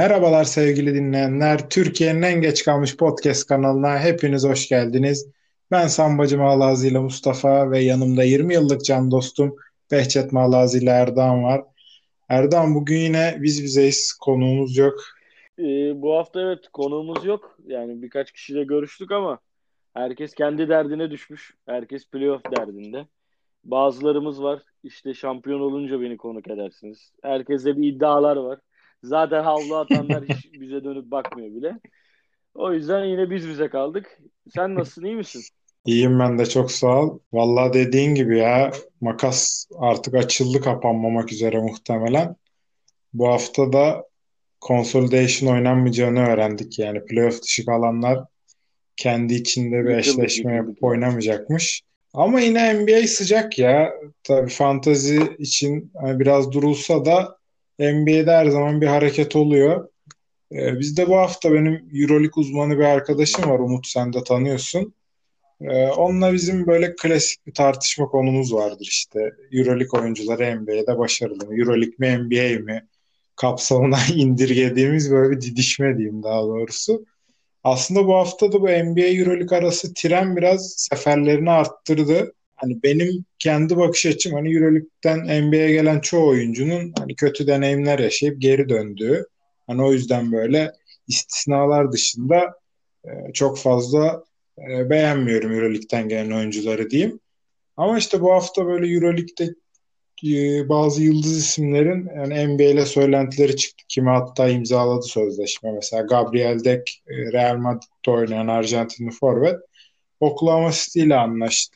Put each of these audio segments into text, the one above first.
Merhabalar sevgili dinleyenler. Türkiye'nin en geç kalmış podcast kanalına hepiniz hoş geldiniz. Ben Sambacı Malazi ile Mustafa ve yanımda 20 yıllık can dostum Behçet Malazi ile Erdoğan var. Erdoğan bugün yine biz bizeyiz. Konuğumuz yok. Bu hafta evet konuğumuz yok. Yani birkaç kişiyle görüştük ama herkes kendi derdine düşmüş. Herkes playoff derdinde. Bazılarımız var. İşte şampiyon olunca beni konuk edersiniz. Herkeste bir iddialar var. Zaten havlu atanlar hiç bize dönüp bakmıyor bile. O yüzden yine biz bize kaldık. Sen nasılsın, iyi misin? İyiyim ben de çok sağ ol. Vallahi dediğin gibi ya makas artık açıldı kapanmamak üzere muhtemelen. Bu hafta da consolidation oynanmayacağını öğrendik. Yani playoff dışı kalanlar kendi içinde bir Yıkıldık eşleşme yıkıldık yapıp ya. oynamayacakmış. Ama yine NBA sıcak ya. Tabii fantezi için hani biraz durulsa da NBA'de her zaman bir hareket oluyor. Bizde bu hafta benim EuroLeague uzmanı bir arkadaşım var. Umut sen de tanıyorsun. Onunla bizim böyle klasik bir tartışma konumuz vardır işte. EuroLeague oyuncuları NBA'de başarılı mı? EuroLeague mi NBA mi? Kapsamına indirgediğimiz böyle bir didişme diyeyim daha doğrusu. Aslında bu hafta da bu NBA Euroleague arası tren biraz seferlerini arttırdı. Hani benim kendi bakış açım hani Euroleague'den NBA'ye gelen çoğu oyuncunun hani kötü deneyimler yaşayıp geri döndüğü. Hani o yüzden böyle istisnalar dışında çok fazla beğenmiyorum Euroleague'den gelen oyuncuları diyeyim. Ama işte bu hafta böyle Euroleague'de bazı yıldız isimlerin yani NBA ile söylentileri çıktı. Kimi hatta imzaladı sözleşme. Mesela Gabriel Deck Real Madrid'de oynayan Arjantinli forvet Oklahoma City ile anlaştı.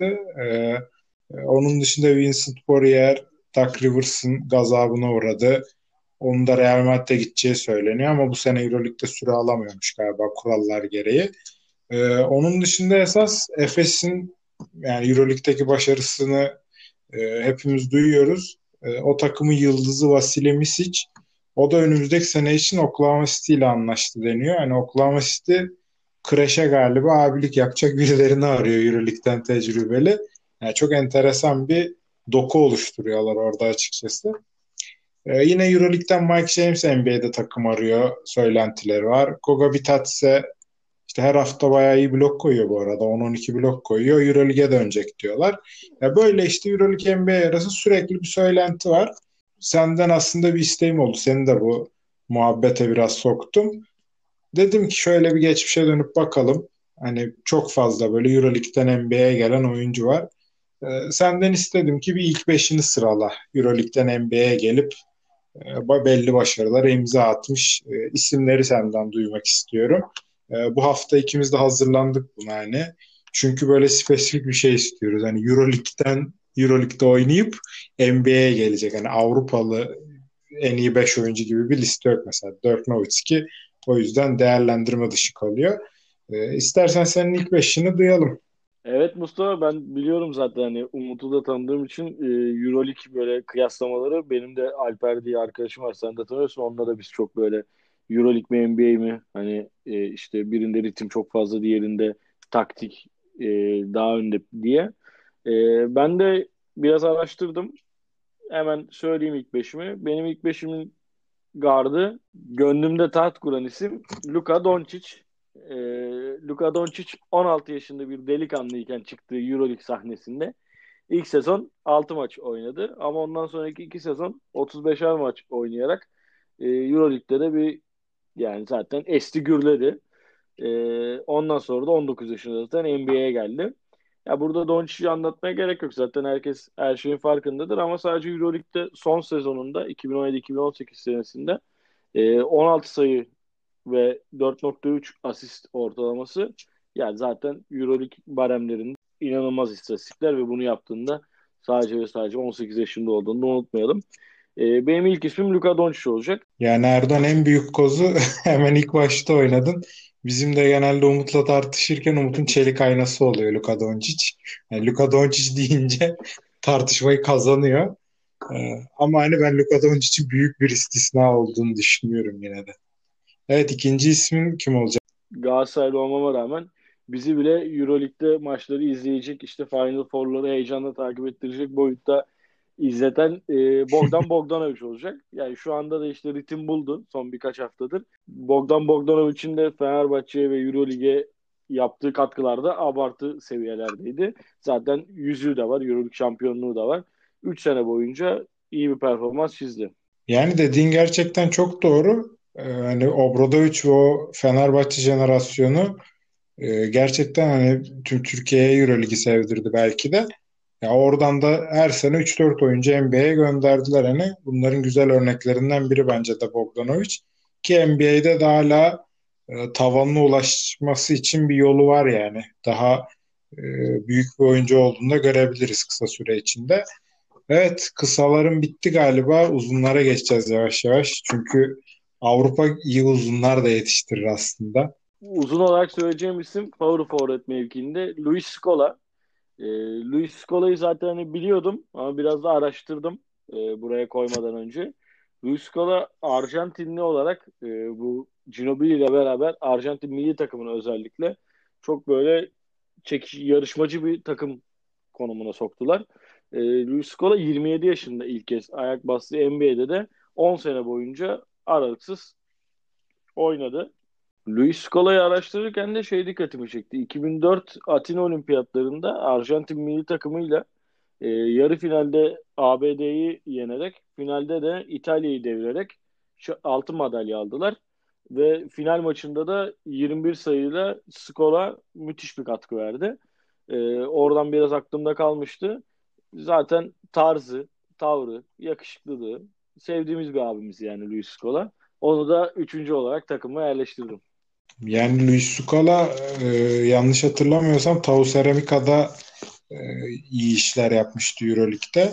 Onun dışında Vincent Poirier, Doug Rivers'ın gazabına uğradı. Onun da Real Madrid'e gideceği söyleniyor ama bu sene Euroleague'de süre alamıyormuş galiba kurallar gereği. Onun dışında esas Efes'in yani Euroleague'deki başarısını hepimiz duyuyoruz. O takımın yıldızı Vasilij Micic. O da önümüzdeki sene için Oklahoma City ile anlaştı deniyor. Hani Oklahoma City Crash'e galiba abilik yapacak birilerini arıyor Euroleague'den tecrübeli. Yani çok enteresan bir doku oluşturuyorlar orada açıkçası. Yine Euroleague'den Mike James NBA'de takım arıyor söylentileri var. Goga Bitadze işte her hafta bayağı iyi blok koyuyor bu arada. 10-12 blok koyuyor. Euroleague'e dönecek diyorlar. Ya böyle işte Euroleague NBA arası sürekli bir söylenti var. Senden aslında bir isteğim oldu. Seni de bu muhabbete biraz soktum. Dedim ki şöyle bir geçmişe dönüp bakalım. Hani çok fazla böyle Euroleague'den NBA'ye gelen oyuncu var. Senden istedim ki bir ilk beşini sırala. Euroleague'den NBA'ye gelip belli başarılara imza atmış isimleri senden duymak istiyorum. Bu hafta ikimiz de hazırlandık buna hani. Çünkü böyle spesifik bir şey istiyoruz. Hani Euroleague'de oynayıp NBA'ye gelecek. Hani Avrupalı en iyi 5 oyuncu gibi bir liste yok mesela. Dirk Nowitzki o yüzden değerlendirme dışı kalıyor. İstersen senin ilk beşini duyalım. Evet Mustafa, ben biliyorum zaten hani Umut'u da tanıdığım için Euroleague böyle kıyaslamaları, benim de Alper diye arkadaşım var, sen de tanıyorsun, onunla da biz çok böyle Euroleague mi NBA mi hani işte birinde ritim çok fazla, diğerinde taktik e, daha önde diye. Ben de biraz araştırdım, hemen söyleyeyim ilk beşimi. Benim ilk beşimin gardı, gönlümde taht kuran isim Luka Doncic. Ee, Luka Doncic 16 yaşında bir delikanlıyken çıktığı EuroLeague sahnesinde ilk sezon 6 maç oynadı. Ama ondan sonraki 2 sezon 35'er maç oynayarak EuroLeague'de de bir, yani zaten esti gürledi. Ondan sonra da 19 yaşında zaten NBA'ye geldi. Ya burada Doncic'i anlatmaya gerek yok. Zaten herkes her şeyin farkındadır ama sadece EuroLeague'de son sezonunda 2017-2018 senesinde 16 sayı ve 4,3 asist ortalaması, yani zaten EuroLeague baremlerinde inanılmaz istatistikler ve bunu yaptığında sadece ve sadece 18 yaşında olduğunu da unutmayalım. Benim ilk ismim Luka Doncic olacak. Yani Erdoğan en büyük kozu hemen ilk başta oynadın. Bizim de genelde Umut'la tartışırken Umut'un çelik aynası oluyor Luka Doncic. Yani Luka Doncic deyince tartışmayı kazanıyor. Ama hani ben Luka Doncic'in büyük bir istisna olduğunu düşünüyorum yine de. Evet, ikinci ismin kim olacak? Galatasaraylı olmama rağmen bizi bile EuroLeague'de maçları izleyecek, işte Final Four'ları heyecanla takip ettirecek boyutta izleten Bogdan Bogdanovic olacak. Yani şu anda da işte ritim buldu son birkaç haftadır. Bogdan Bogdanovic'in de Fenerbahçe'ye ve Eurolig'e yaptığı katkılar da abartı seviyelerdeydi. Zaten yüzüğü de var, Euroleague şampiyonluğu da var. 3 sene boyunca iyi bir performans çizdi. Yani dediğin gerçekten çok doğru. Hani Obradoviç ve o Fenerbahçe jenerasyonu gerçekten hani tüm Türkiye'ye Euroligi sevdirdi belki de. Ya oradan da her sene 3-4 oyuncu NBA'ye gönderdiler hani. Bunların güzel örneklerinden biri bence de Bogdanovic. Ki NBA'de de hala tavanına ulaşması için bir yolu var yani. Daha e, büyük bir oyuncu olduğunu da görebiliriz kısa süre içinde. Evet, kısaların bitti galiba. Uzunlara geçeceğiz yavaş yavaş. Çünkü Avrupa iyi uzunlar da yetiştirir aslında. Uzun olarak söyleyeceğim isim power forward mevkiinde Luis Scola. Luis Scola'yı zaten hani biliyordum ama biraz da araştırdım buraya koymadan önce. Luis Scola Arjantinli olarak bu Ginobili ile beraber Arjantin milli takımını özellikle çok böyle yarışmacı bir takım konumuna soktular. Luis Scola 27 yaşında ilk kez ayak bastığı NBA'de de 10 sene boyunca aralıksız oynadı. Luis Scola'yı araştırırken de şey dikkatimi çekti. 2004 Atina Olimpiyatlarında Arjantin milli takımıyla yarı finalde ABD'yi yenerek, finalde de İtalya'yı devirerek altın madalya aldılar. Ve final maçında da 21 sayıyla skora müthiş bir katkı verdi. Oradan biraz aklımda kalmıştı. Zaten tarzı, tavrı, yakışıklılığı sevdiğimiz bir abimiz yani Luis Scola. Onu da üçüncü olarak takıma yerleştirdim. Yani Luis Scola yanlış hatırlamıyorsam Tau Ceramica'da e, iyi işler yapmıştı Euroleague'de.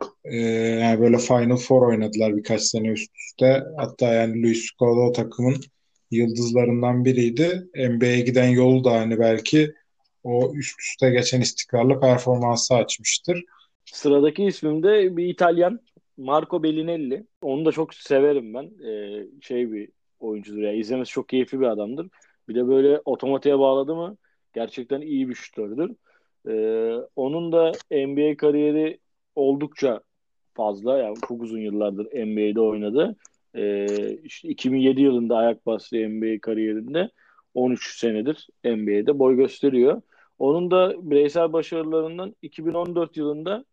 Yani böyle Final Four oynadılar birkaç sene üst üste. Hatta yani Luis Scola o takımın yıldızlarından biriydi. NBA'ye giden yolu da hani belki o üst üste geçen istikrarlı performansı açmıştır. Sıradaki ismim de bir İtalyan Marco Bellinelli. Onu da çok severim ben. Şey bir oyuncudur ya. İzlemesi çok keyifli bir adamdır. Bir de böyle otomatiğe bağladı mı gerçekten iyi bir şutördür. Onun da NBA kariyeri oldukça fazla. Yani çok uzun yıllardır NBA'de oynadı. İşte 2007 yılında ayak bastı NBA kariyerinde. 13 senedir NBA'de boy gösteriyor. Onun da bireysel başarılarından 2014 yılında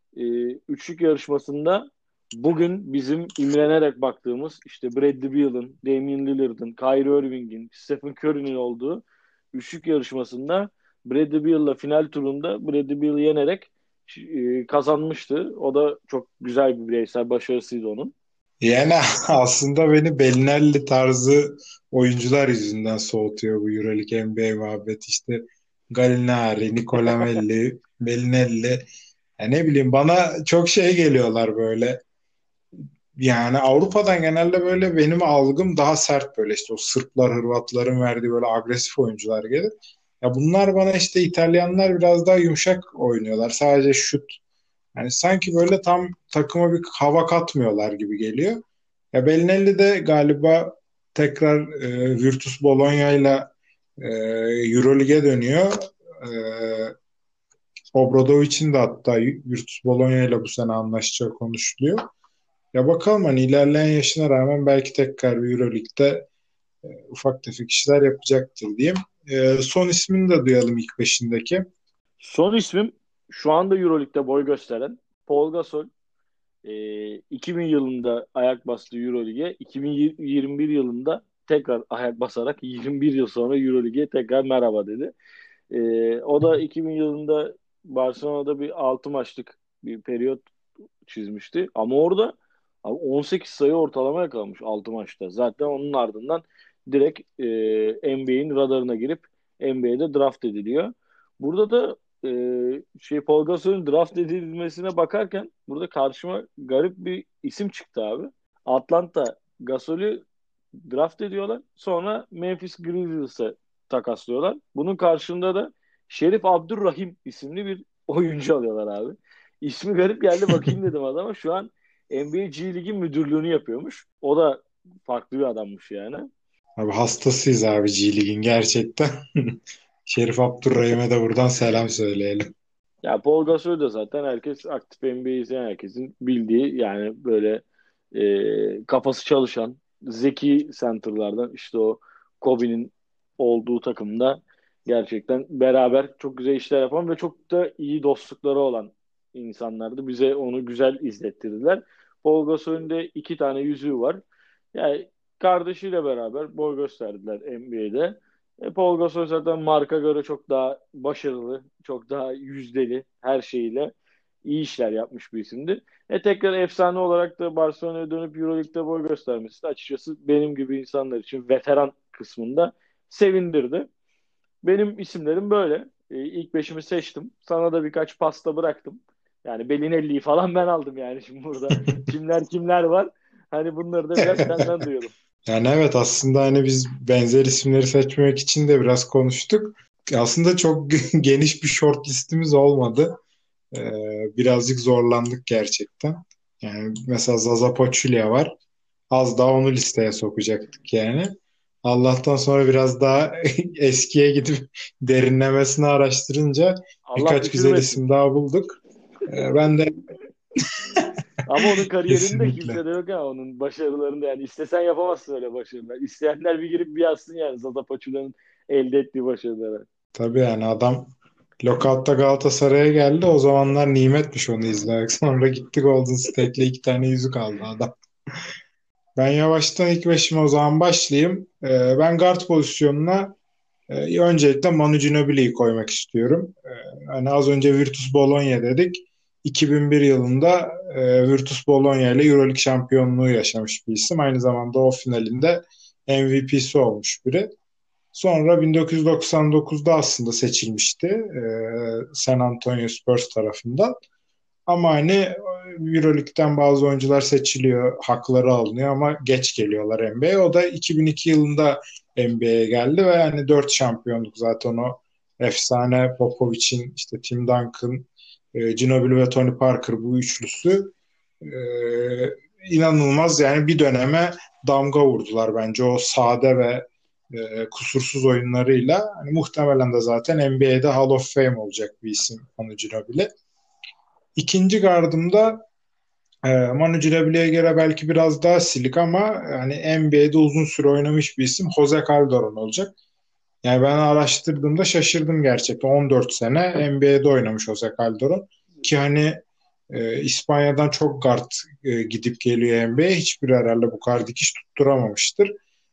üçlük yarışmasında bugün bizim imrenerek baktığımız işte Bradley Beal'ın, Damian Lillard'ın, Kyrie Irving'in, Stephen Curry'nin olduğu üçlük yarışmasında Bradley Beal'la final turunda Bradley Beal'ı yenerek kazanmıştı. O da çok güzel bir bireysel başarısıydı onun. Yani aslında beni Bellinelli tarzı oyuncular yüzünden soğutuyor bu EuroLeague NBA muhabbet işte Gallinari, Nicola Melli, Bellinelli. Ya ne bileyim bana çok şey geliyorlar böyle. Yani Avrupa'dan genelde böyle benim algım daha sert böyle işte o Sırplar, Hırvatların verdiği böyle agresif oyuncular gelir. Ya bunlar bana işte İtalyanlar biraz daha yumuşak oynuyorlar. Sadece şut. Yani sanki böyle tam takıma bir hava katmıyorlar gibi geliyor. Ya Bellinelli de galiba tekrar Virtus Bologna'yla Eurolig'e dönüyor. E, Obradovic'in de hatta Virtus Bologna ile bu sene anlaşacağı konuşuluyor. Ya bakalım hani ilerleyen yaşına rağmen belki tekrar bir Euroleague'de ufak tefek işler yapacaktır diyeyim. Son ismini de duyalım ilk beşindeki. Son ismim şu anda Euroleague'de boy gösteren Paul Gasol. 2000 yılında ayak bastı Euroleague'e. 2021 yılında tekrar ayak basarak 21 yıl sonra Euroleague'e tekrar merhaba dedi. O da 2000 yılında Barcelona'da bir 6 maçlık bir periyot çizmişti. Ama orada abi 18 sayı ortalama yakalamış 6 maçta. Zaten onun ardından direkt NBA'in radarına girip NBA'de draft ediliyor. Burada da Paul Gasol'ün draft edilmesine bakarken burada karşıma garip bir isim çıktı abi. Atlanta Gasol'ü draft ediyorlar. Sonra Memphis Grizzlies'e takaslıyorlar. Bunun karşında da Şerif Abdurrahim isimli bir oyuncu alıyorlar abi. İsmi garip geldi bakayım dedim adama. Şu an NBA G Lig'in müdürlüğünü yapıyormuş. O da farklı bir adammış yani. Abi hastasıyız abi G Lig'in gerçekten. Şerif Abdurrahim'e de buradan selam söyleyelim. Ya Paul Gasol da zaten herkes aktif NBA izleyen herkesin bildiği yani böyle kafası çalışan zeki center'lardan işte o Kobe'nin olduğu takımda gerçekten beraber çok güzel işler yapan ve çok da iyi dostlukları olan insanlardı. Bize onu güzel izlettirdiler. Paul Gasol'ün de iki tane yüzüğü var. Yani kardeşiyle beraber boy gösterdiler NBA'de. Paul Gasol zaten marka göre çok daha başarılı, çok daha yüzdeli her şeyiyle iyi işler yapmış bir isimdi. Tekrar efsane olarak da Barcelona'ya dönüp Euroleague'de boy göstermesi de açıkçası benim gibi insanlar için veteran kısmında sevindirdi. Benim isimlerim böyle. İlk beşimi seçtim. Sana da birkaç pasta bıraktım. Yani Belinelli'yi falan ben aldım yani şimdi burada. Kimler kimler var? Hani bunları da biraz senden duyalım. Yani evet, aslında hani biz benzer isimleri seçmemek için de biraz konuştuk. Aslında çok geniş bir short listimiz olmadı. Ee, Birazcık zorlandık gerçekten. Yani mesela Zaza Pachulia var. Az daha onu listeye sokacaktık yani. Allah'tan sonra biraz daha eskiye gidip derinlemesine araştırınca Allah birkaç güzel düşürmesin. isim daha bulduk. Ben de Ama onun kariyerinde kesinlikle. kimse de yok ha onun başarılarında yani istesen yapamazsın öyle başarılar. İsteyenler bir girip bir yazsın yani Zaza Pachulia'nın elde ettiği başarıları. Tabii yani adam Lockout'ta Galatasaray'a geldi. O zamanlar nimetmiş onu izlemek. Sonra gitti Golden State'le 2 tane yüzük aldı adam. Ben yavaştan ilk beşime o zaman başlayayım. Ben guard pozisyonuna öncelikle Manu Ginobili'yi koymak istiyorum. Hani az önce Virtus Bologna dedik. 2001 yılında Virtus Bologna ile EuroLeague şampiyonluğu yaşamış bir isim. Aynı zamanda o finalinde MVP'si olmuş biri. Sonra 1999'da aslında seçilmişti San Antonio Spurs tarafından. Ama hani Euroleague'den bazı oyuncular seçiliyor, hakları alınıyor ama geç geliyorlar NBA'ye. O da 2002 yılında NBA'ye geldi ve hani 4 şampiyonluk zaten o efsane Popovic'in işte Tim Duncan, Ginobili ve Tony Parker bu üçlüsü e, inanılmaz yani bir döneme damga vurdular bence o sade ve kusursuz oyunlarıyla. Hani muhtemelen de zaten NBA'de Hall of Fame olacak bir isim Manu Ginobili. İkinci gardımda Manu Ginobili'ye göre belki biraz daha silik ama yani NBA'de uzun süre oynamış bir isim Jose Calderon olacak. Yani ben araştırdığımda şaşırdım gerçekten. 14 sene NBA'de oynamış Jose Calderon. Ki hani İspanya'dan çok guard gidip geliyor NBA'ye. Hiçbir herhalde bu kadar dikiş tutturamamıştır.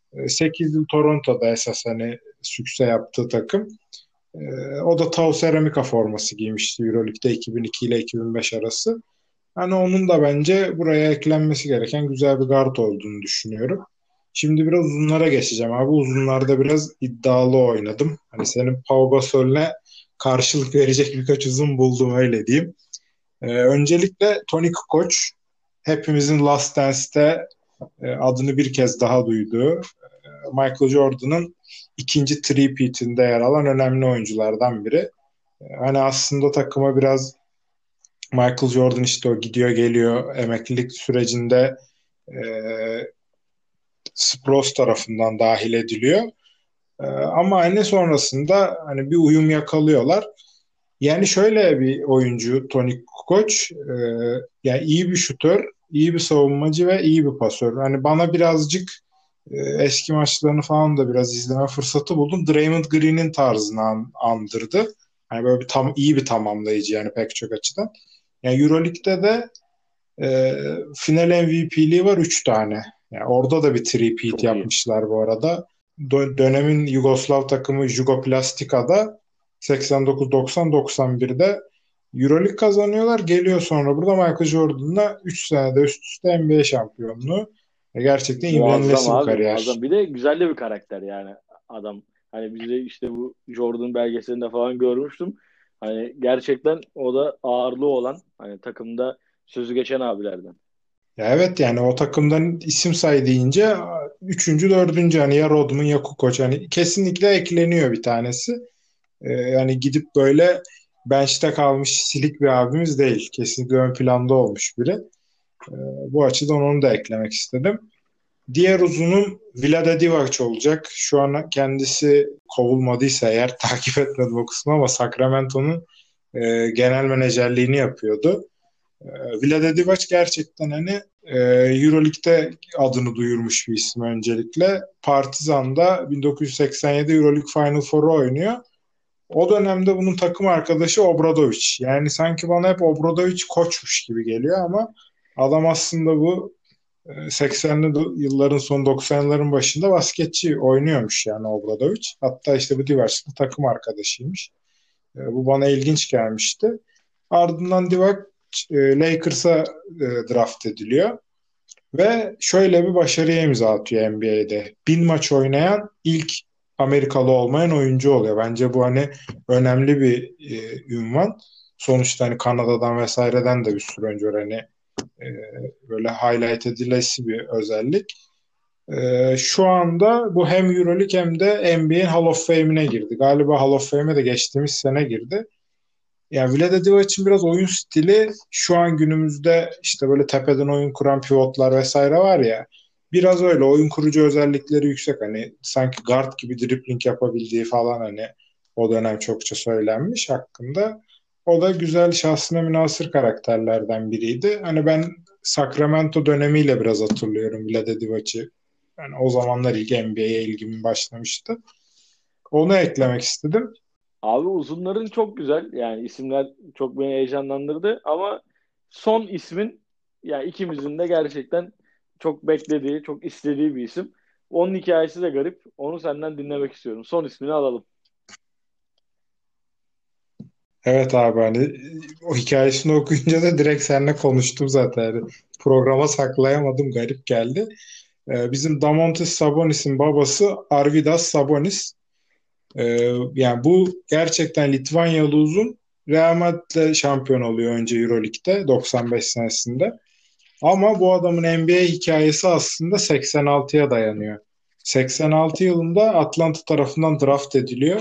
8 yıl Toronto'da esas hani sükse yaptığı takım. E, O da Tau Ceramica forması giymişti Euroleague'de 2002 ile 2005 arası. Hani onun da bence buraya eklenmesi gereken güzel bir guard olduğunu düşünüyorum. Şimdi biraz uzunlara geçeceğim abi. Uzunlarda biraz iddialı oynadım. Hani senin Pau Gasol'ne karşılık verecek birkaç uzun buldum öyle diyeyim. Öncelikle Toni Kukoc hepimizin Last Dance'te adını bir kez daha duyduğu Michael Jordan'ın ikinci three-peat'inde yer alan önemli oyunculardan biri. Hani aslında takıma biraz Michael Jordan işte o gidiyor geliyor emeklilik sürecinde e, Sproles tarafından dahil ediliyor. Ama hani sonrasında hani bir uyum yakalıyorlar. Yani şöyle bir oyuncu Toni Kukoc, yani iyi bir şutör, iyi bir savunmacı ve iyi bir pasör. Hani bana birazcık eski maçlarını falan da biraz izleme fırsatı buldum. Draymond Green'in tarzını andırdı. Hani böyle bir iyi bir tamamlayıcı yani pek çok açıdan. Yani Euroleague'de de final MVP'liği var 3 tane. Yani orada da bir three-peat Çok iyi. yapmışlar bu arada. Dönemin Yugoslav takımı Jugoplastika'da 89-90-91'de Euroleague kazanıyorlar. Geliyor sonra burada Michael Jordan'la 3 senede üst üste NBA şampiyonluğu. Gerçekten Muazzam imrenilesi bir abi kariyer. muazzam. Bir de güzel de bir karakter yani adam. Hani bize işte bu Jordan belgeselinde falan görmüştüm. Hani gerçekten o da ağırlığı olan hani takımda sözü geçen abilerden. Ya evet yani o takımdan isim say deyince üçüncü, dördüncü hani ya Rodman ya Kukoc hani kesinlikle ekleniyor bir tanesi. Yani gidip böyle bench'te kalmış silik bir abimiz değil. Kesinlikle ön planda olmuş biri. Ee, Bu açıdan onu da eklemek istedim. Diğer uzunum Vlade Divac olacak. Şu an kendisi kovulmadıysa eğer takip etmedim o kısmı ama Sacramento'nun genel menajerliğini yapıyordu. Vlade Divac gerçekten hani Euroleague'de adını duyurmuş bir isim öncelikle. Partizan'da 1987 Euroleague Final Four'u oynuyor. O dönemde bunun takım arkadaşı Obradovic. Yani sanki bana hep Obradovic koçmuş gibi geliyor ama adam aslında bu 80'li yılların son 90'ların başında basketçi oynuyormuş yani Obradovic. Hatta işte bu Divac'ın takım arkadaşıymış. Bu bana ilginç gelmişti. Ardından Divac Lakers'a draft ediliyor. Ve şöyle bir başarıya imza atıyor NBA'de. 1000 maç oynayan ilk Amerikalı olmayan oyuncu oluyor. Bence bu hani önemli bir ünvan. Sonuçta hani Kanada'dan vesaireden de bir sürü oyuncu var. Hani e, böyle highlight edilesi bir özellik. Şu anda bu hem EuroLeague hem de NBA'in Hall of Fame'ine girdi. Galiba Hall of Fame'e de geçtiğimiz sene girdi. Yani Vlade Divac'ın biraz oyun stili şu an günümüzde işte böyle tepeden oyun kuran pivotlar vesaire var ya, biraz öyle oyun kurucu özellikleri yüksek, hani sanki guard gibi dribbling yapabildiği falan, hani o dönem çokça söylenmiş hakkında. O da güzel, şahsına münhasır karakterlerden biriydi. Hani ben Sacramento dönemiyle biraz hatırlıyorum Vlade Divac'ı. Yani o zamanlar ilk NBA'ye ilgimin başlamıştı. Onu eklemek istedim. Abi uzunların çok güzel. Yani isimler çok beni heyecanlandırdı ama son ismin yani ikimizin de gerçekten çok beklediği, çok istediği bir isim. Onun hikayesi de garip. Onu senden dinlemek istiyorum. Son ismini alalım. Evet abi, hani o hikayesini okuyunca da direkt seninle konuştum zaten. Yani programa saklayamadım, garip geldi. Bizim Damontis Sabonis'in babası Arvydas Sabonis. Yani bu gerçekten Litvanyalı uzun. Real Madrid'le şampiyon oluyor önce Euroleague'de 95 senesinde. Ama bu adamın NBA hikayesi aslında 86'ya dayanıyor. 86 yılında Atlanta tarafından draft ediliyor.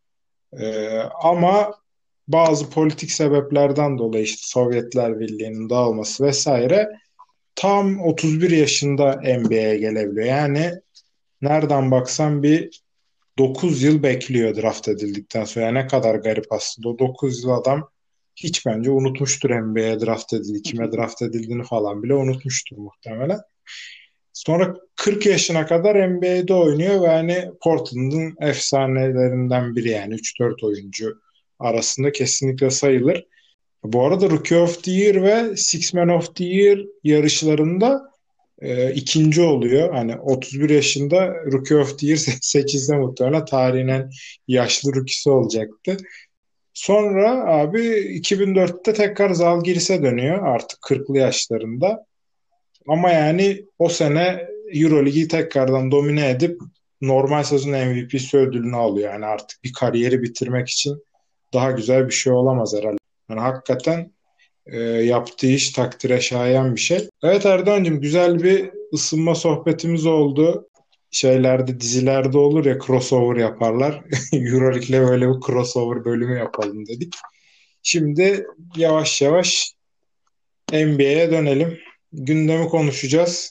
Ama bazı politik sebeplerden dolayı işte Sovyetler Birliği'nin dağılması vesaire tam 31 yaşında NBA'ye gelebiliyor. Yani nereden baksan bir 9 yıl bekliyor draft edildikten sonra. Yani ne kadar garip aslında. O 9 yıl adam hiç bence unutmuştur NBA'ye draft edildi, kime draft edildiğini falan bile unutmuştur muhtemelen. Sonra 40 yaşına kadar NBA'de oynuyor ve hani Portland'ın efsanelerinden biri, yani 3-4 oyuncu arasında kesinlikle sayılır. Bu arada Rookie of the Year ve Six Man of the Year yarışlarında ikinci oluyor. Hani 31 yaşında Rookie of the Year seçilse muhtemelen tarihin en yaşlı rookie'si olacaktı. Sonra abi 2004'te tekrar Zalgiris'e dönüyor artık 40'lı yaşlarında. Ama yani o sene Euroligi tekrardan domine edip normal sezon MVP'si ödülünü alıyor. Yani artık bir kariyeri bitirmek için daha güzel bir şey olamaz herhalde. Yani hakikaten yaptığı iş takdire şayan bir şey. Evet Erdoğan'cığım, güzel bir ısınma sohbetimiz oldu. Şeylerde, dizilerde olur ya, crossover yaparlar. Euroleague'le böyle bir crossover bölümü yapalım dedik. Şimdi yavaş yavaş NBA'ye dönelim. Gündemi konuşacağız.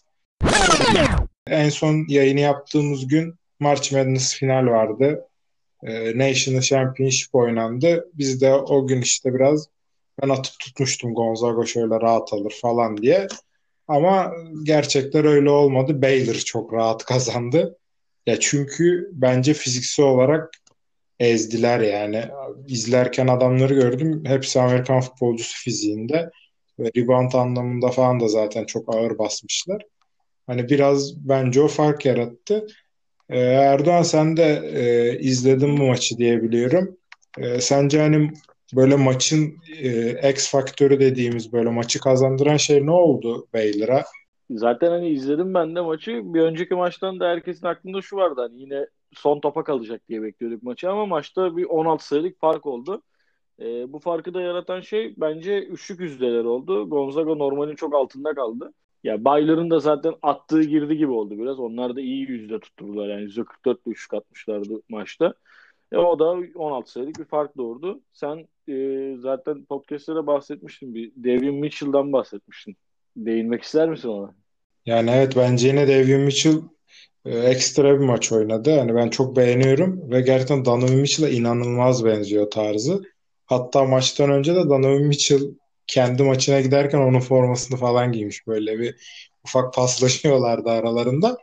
En son yayını yaptığımız gün March Madness final vardı. National Championship oynandı. Biz de o gün işte biraz ben atıp tutmuştum Gonzaga şöyle rahat alır falan diye. Ama gerçekler öyle olmadı. Baylor çok rahat kazandı. Ya çünkü bence fiziksel olarak ezdiler yani. İzlerken adamları gördüm. Hepsi Amerikan futbolcusu fiziğinde. Ve rebound anlamında falan da zaten çok ağır basmışlar. Hani biraz bence o fark yarattı. Erdoğan, sen de izledin bu maçı diye biliyorum. Sence hani böyle maçın X faktörü dediğimiz böyle maçı kazandıran şey ne oldu Baylor'a? Zaten hani izledim ben de maçı. Bir önceki maçtan da herkesin aklında şu vardı. Hani yine son topa kalacak diye bekliyorduk maçı ama maçta bir 16 sayılık fark oldu. Bu farkı da yaratan şey bence üçlük yüzdeler oldu. Gonzaga normalin çok altında kaldı. Ya Baylar'ın da zaten attığı girdi gibi oldu biraz. Onlar da iyi yüzde tutturdular. Yani %44 ile üçlük atmışlardı maçta. O da 16 sayılık bir fark doğurdu. Sen zaten podcast'ta da bahsetmiştin. Bir Devin Mitchell'dan bahsetmiştin. Değinmek ister misin ona? Yani evet, bence yine Davion Mitchell ekstra bir maç oynadı. Hani ben çok beğeniyorum ve gerçekten Donovan Mitchell'a inanılmaz benziyor tarzı. Hatta maçtan önce de Donovan Mitchell kendi maçına giderken onun formasını falan giymiş. Böyle bir ufak paslaşıyorlardı aralarında.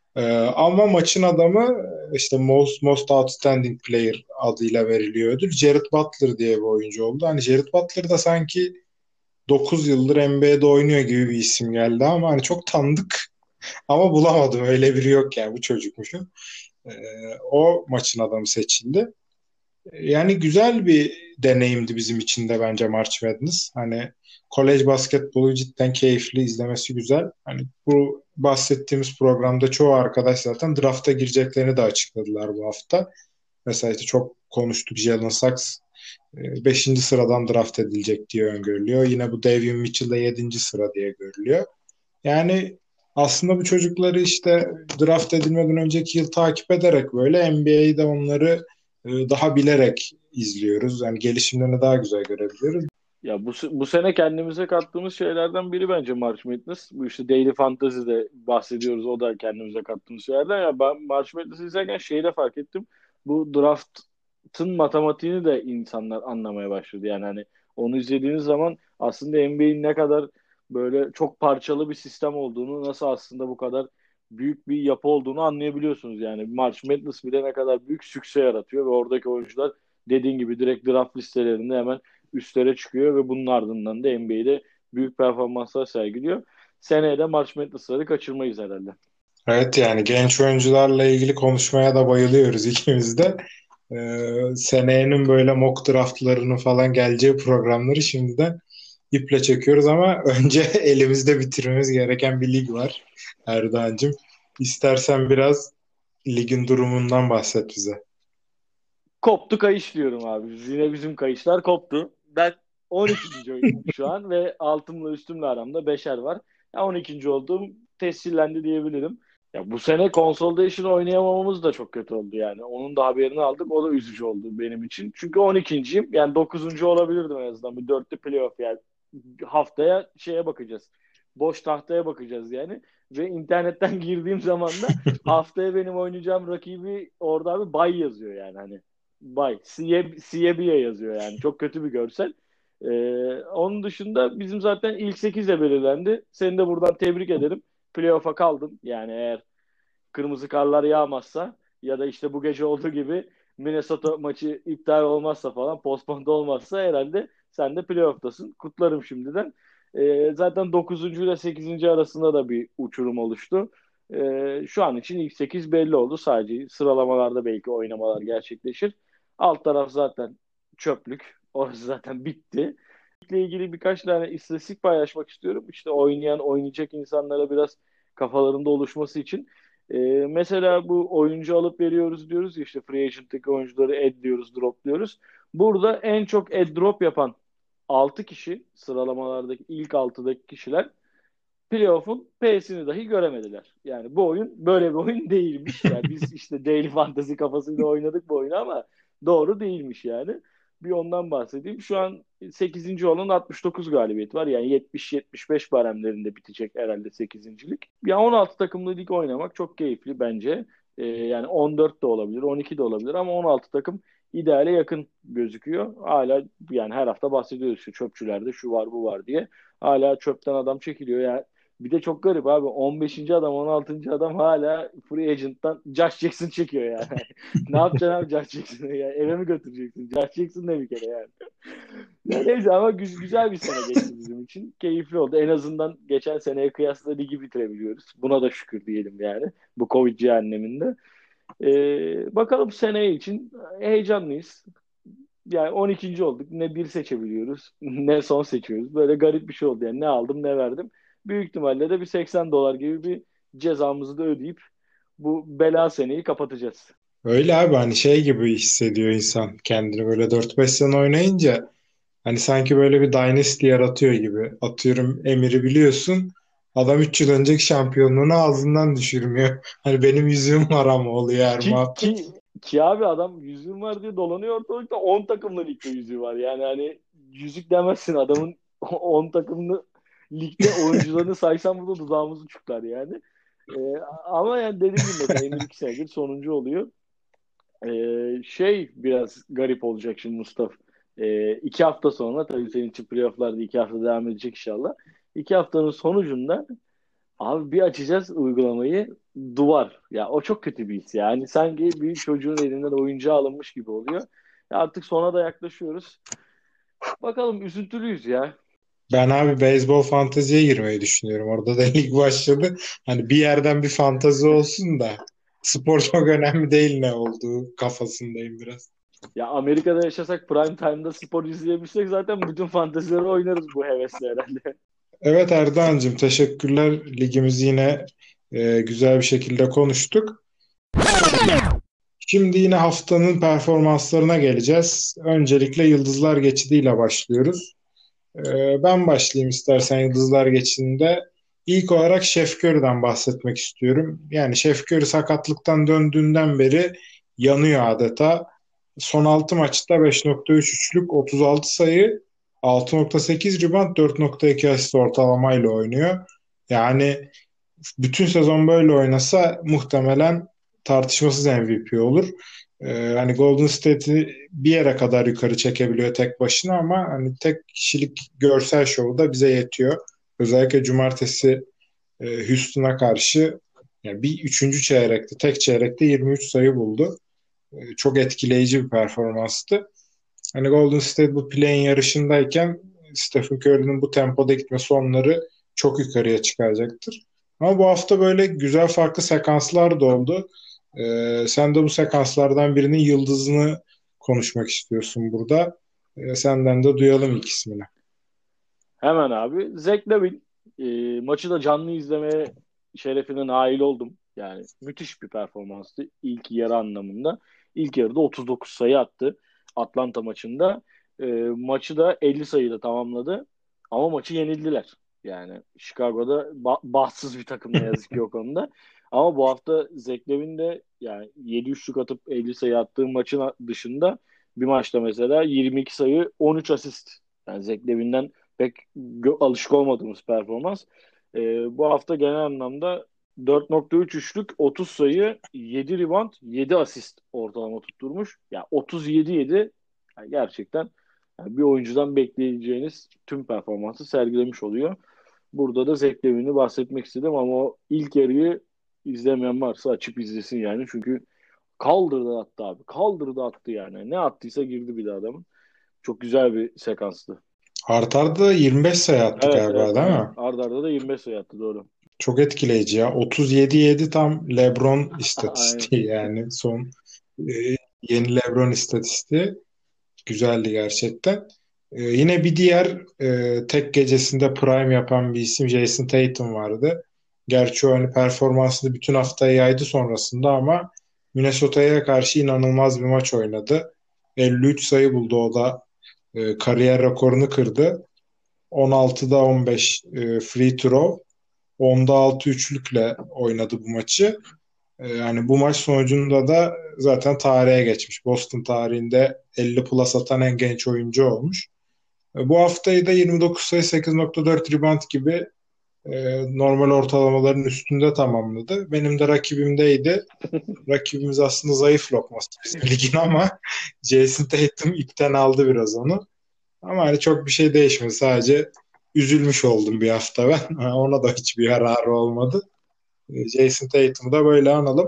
Ama maçın adamı işte Most Outstanding Player adıyla veriliyor ödül. Jared Butler diye bir oyuncu oldu. Hani Jared Butler da sanki 9 yıldır NBA'de oynuyor gibi bir isim geldi ama hani çok tanıdık ama bulamadım. Öyle biri yok yani, bu çocukmuş o. Ee, O maçın adamı seçildi. Yani güzel bir deneyimdi bizim için de bence March Madness. Hani kolej basketbolu cidden keyifli, izlemesi güzel. Hani bu bahsettiğimiz programda çoğu arkadaş zaten draft'a gireceklerini de açıkladılar bu hafta. Mesela işte çok konuştuk, Jalen Sachs 5. sıradan draft edilecek diye öngörülüyor. Yine bu Davion Mitchell de 7. sıra diye görülüyor. Yani aslında bu çocukları işte draft edilmeden önceki yıl takip ederek böyle NBA'de onları daha bilerek izliyoruz. Yani gelişimlerini daha güzel görebiliyoruz. Ya bu sene kendimize kattığımız şeylerden biri bence March Madness. Bu işte Daily Fantasy'de bahsediyoruz. O da kendimize kattığımız şeylerden. Ya ben March Madness'ı izlerken şeyi de fark ettim. Bu draft'ın matematiğini de insanlar anlamaya başladı. Yani hani onu izlediğiniz zaman aslında NBA'in ne kadar böyle çok parçalı bir sistem olduğunu, nasıl aslında bu kadar büyük bir yapı olduğunu anlayabiliyorsunuz. Yani March Madness bile ne kadar büyük sükse yaratıyor ve oradaki oyuncular dediğin gibi direkt draft listelerinde hemen üstlere çıkıyor ve bunun ardından da NBA'de büyük performanslar sergiliyor. Seneye de March Madness'ları kaçırmayız herhalde. Evet, yani genç oyuncularla ilgili konuşmaya da bayılıyoruz ikimiz de. Seneyenin böyle mock draftlarını falan geleceği programları şimdiden iple çekiyoruz ama önce elimizde bitirmemiz gereken bir lig var Erdoğan'cığım. İstersen biraz ligin durumundan bahset bize. Koptu kayış diyorum abi. Yine bizim kayışlar koptu. Ben 12.'yim şu an ve altımla üstümle aramda beşer var. Ya 12. olduğum tescillendi diyebilirim. Ya bu sene Consolidation oynayamamamız da çok kötü oldu yani. Onun da haberini aldık. O da üzücü oldu benim için. Çünkü 12.'yim. Yani 9. olabilirdim en azından. Bir dörtlü playoff yani. Haftaya şeye bakacağız. Boş tahtaya bakacağız yani. Ve internetten girdiğim zaman da haftaya benim oynayacağım rakibi orada bir bay yazıyor yani hani. Bay. Siebiya yazıyor yani. Çok kötü bir görsel. Onun dışında bizim zaten ilk 8 de belirlendi. Seni de buradan tebrik ederim. Playoff'a kaldın. Yani eğer kırmızı karlar yağmazsa ya da işte bu gece olduğu gibi Minnesota maçı iptal olmazsa falan, postponed olmazsa herhalde sen de playoff'tasın. Kutlarım şimdiden. Zaten 9. ile 8. arasında da bir uçurum oluştu. Şu an için ilk 8 belli oldu. Sadece sıralamalarda belki oynamalar gerçekleşir. Alt taraf zaten çöplük. Orası zaten bitti. İle ilgili birkaç tane istatistik paylaşmak istiyorum. İşte oynayan, oynayacak insanlara biraz kafalarında oluşması için. Mesela bu oyuncu alıp veriyoruz diyoruz ya, işte free agent'taki oyuncuları add dropluyoruz. Burada en çok add drop yapan 6 kişi, sıralamalardaki ilk 6'daki kişiler playoff'un P'sini dahi göremediler. Yani bu oyun böyle bir oyun değilmiş. Yani biz işte Daily Fantasy kafasıyla oynadık bu oyunu ama doğru değilmiş yani. Bir ondan bahsedeyim. Şu an 8. olan 69 galibiyet var. Yani 70-75 baremlerinde bitecek herhalde 8.'lik. Ya 16 takımlı lig oynamak çok keyifli bence. Yani 14 de olabilir, 12 de olabilir ama 16 takım ideale yakın gözüküyor. Hala yani her hafta bahsediyoruz işte çöpçülerde şu var bu var diye. Hala çöpten adam çekiliyor. Yani bir de çok garip abi. 15. adam, 16. adam hala free agent'tan Josh Jackson çekiyor yani. Ne yapacaksın abi Josh Jackson'ı? Yani eve mi götüreceksin? Josh Jackson ne bir kere yani. Ya neyse ama güzel bir sene geçti bizim için. Keyifli oldu. En azından geçen seneye kıyasla ligi bitirebiliyoruz. Buna da şükür diyelim yani. Bu Covid cehenneminde. Bakalım seneye için heyecanlıyız. Yani 12. olduk. Ne bir seçebiliyoruz ne son seçiyoruz. Böyle garip bir şey oldu yani. Ne aldım ne verdim. Büyük ihtimalle de bir $80 gibi bir cezamızı da ödeyip bu bela seneyi kapatacağız. Öyle abi, hani şey gibi hissediyor insan kendini böyle 4-5 sene oynayınca, hani sanki böyle bir dynasty yaratıyor gibi. Atıyorum, Emir'i biliyorsun. Adam 3 yıl önceki şampiyonluğunu ağzından düşürmüyor. Hani benim yüzüğüm var ama oluyor her Ki, muhabbet. ki, ki abi adam yüzüğüm var diye dolanıyor ortalıkta, 10 takımlı ligde yüzüğü var. Yani hani yüzük demezsin adamın 10 takımlı ligde oyuncularını saysam burada dudağımızı uçuklar yani. Ama yani dediğim gibi mesela Emir 2 senedir sonuncu oluyor. Şey biraz garip olacak şimdi Mustafa. 2 hafta sonra tabii senin için playoff'larda 2 hafta devam edecek inşallah. 2 haftanın sonucunda abi bir açacağız uygulamayı, duvar. Ya o çok kötü bir his yani. Sanki bir çocuğun elinden oyuncağı alınmış gibi oluyor. Ya artık sona da yaklaşıyoruz. Bakalım, üzüntülüyüz ya. Ben abi beyzbol fanteziye girmeyi düşünüyorum. Orada da lig başladı. Hani bir yerden bir fantazi olsun da spor çok önemli değil ne olduğu kafasındayım biraz. Ya Amerika'da yaşasak, prime time'da spor izleyebilsek zaten bütün fantezileri oynarız bu hevesle herhalde. Evet Erdoğan'cığım teşekkürler. Ligimizi yine güzel bir şekilde konuştuk. Şimdi yine haftanın performanslarına geleceğiz. Öncelikle Yıldızlar Geçidi'yle başlıyoruz. Ben başlayayım istersen Yıldızlar Geçidi'nde. İlk olarak Şef Curry'den bahsetmek istiyorum. Yani Şef Curry sakatlıktan döndüğünden beri yanıyor adeta. Son 6 maçta 5.3 üçlük, 36 sayı, 6.8 rebound, 4.2 asist ortalamayla oynuyor. Yani bütün sezon böyle oynasa muhtemelen tartışmasız MVP olur. Hani Golden State'i bir yere kadar yukarı çekebiliyor tek başına ama hani tek kişilik görsel şovu da bize yetiyor. Özellikle cumartesi Houston'a karşı yani bir üçüncü çeyrekte, tek çeyrekte 23 sayı buldu. Çok etkileyici bir performanstı. Hani Golden State bu play-in yarışındayken Stephen Curry'nin bu tempoda gitmesi onları çok yukarıya çıkaracaktır. Ama bu hafta böyle güzel farklı sekanslar da oldu. Sen de bu sekanslardan birinin yıldızını konuşmak istiyorsun burada. Senden de duyalım ilk ismini. Hemen abi. Zach Lavin, maçı da canlı izlemeye şerefine nail oldum. Yani müthiş bir performanstı ilk yarı anlamında. İlk yarıda 39 sayı attı Atlanta maçında. Maçı da 50 sayıyla tamamladı. Ama maçı yenildiler. Yani Chicago'da bahtsız bir takım, ne yazık ki o konuda. Ama bu hafta Zach Lavin de yani 7 üçlük atıp 50 sayı attığı maçın dışında bir maçta mesela 22 sayı, 13 asist. Yani Zach Lavin'den pek alışık olmadığımız performans. Bu hafta genel anlamda 4.3 üçlük, 30 sayı, 7 rebound, 7 asist ortalama tutturmuş. Ya 37-7, yani gerçekten yani bir oyuncudan bekleyeceğiniz tüm performansı sergilemiş oluyor. Burada da Zach Levine'i bahsetmek istedim ama o ilk yarıyı izlemeyen varsa açıp izlesin yani. Çünkü kaldırdı attı abi. Kaldırdı attı yani. Ne attıysa girdi bir de adamın. Çok güzel bir sekanstı. Art arda 25 sayı attı Evet, galiba evet, değil evet. mi? Arda arda da 25 sayı attı, doğru. Çok etkileyici ya. 37-7 tam LeBron Aynen. istatistiği yani son e, yeni LeBron istatistiği. Güzeldi gerçekten. Yine bir diğer tek gecesinde prime yapan bir isim Jason Tatum vardı. Gerçi o hani performansını bütün haftaya yaydı sonrasında ama Minnesota'ya karşı inanılmaz bir maç oynadı. 53 sayı buldu o da kariyer rekorunu kırdı. 16'da 15 free throw, 10'da 6 üçlükle oynadı bu maçı. Yani bu maç sonucunda da zaten tarihe geçmiş. Boston tarihinde 50 plus atan en genç oyuncu olmuş. Bu haftayı da 29 sayı 8.4 rebound gibi normal ortalamaların üstünde tamamladı. Benim de rakibimdeydi. Rakibimiz aslında zayıf lokması bizim ligin ama Jason Tatum ipten aldı biraz onu. Ama hani çok bir şey değişmedi. Sadece üzülmüş oldum bir hafta ben. Ona da hiçbir yararı olmadı. Jason Tatum'u da böyle analım.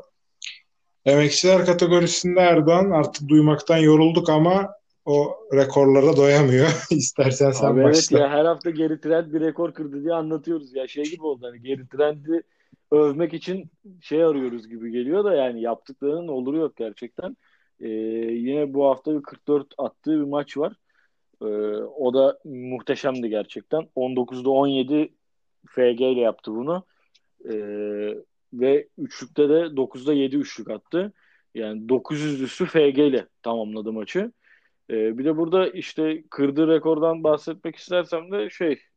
Emekçiler kategorisinde Erdoğan artık duymaktan yorulduk ama o rekorlara doyamıyor. İstersen Abi sen evet başla. ya, her hafta Geri Trent bir rekor kırdı diye anlatıyoruz. Ya şey gibi oldu, hani Geri Trent'i övmek için şey arıyoruz gibi geliyor da yani yaptıklarının oluru yok gerçekten. Yine bu hafta bir 44 attığı bir maç var. O da muhteşemdi gerçekten. 19'da 17 FG ile yaptı bunu. Ee, Ve üçlükte de 9'da 7 üçlük attı. Yani 900 üstü FG ile tamamladı maçı. Bir de burada işte kırdığı rekordan bahsetmek istersem de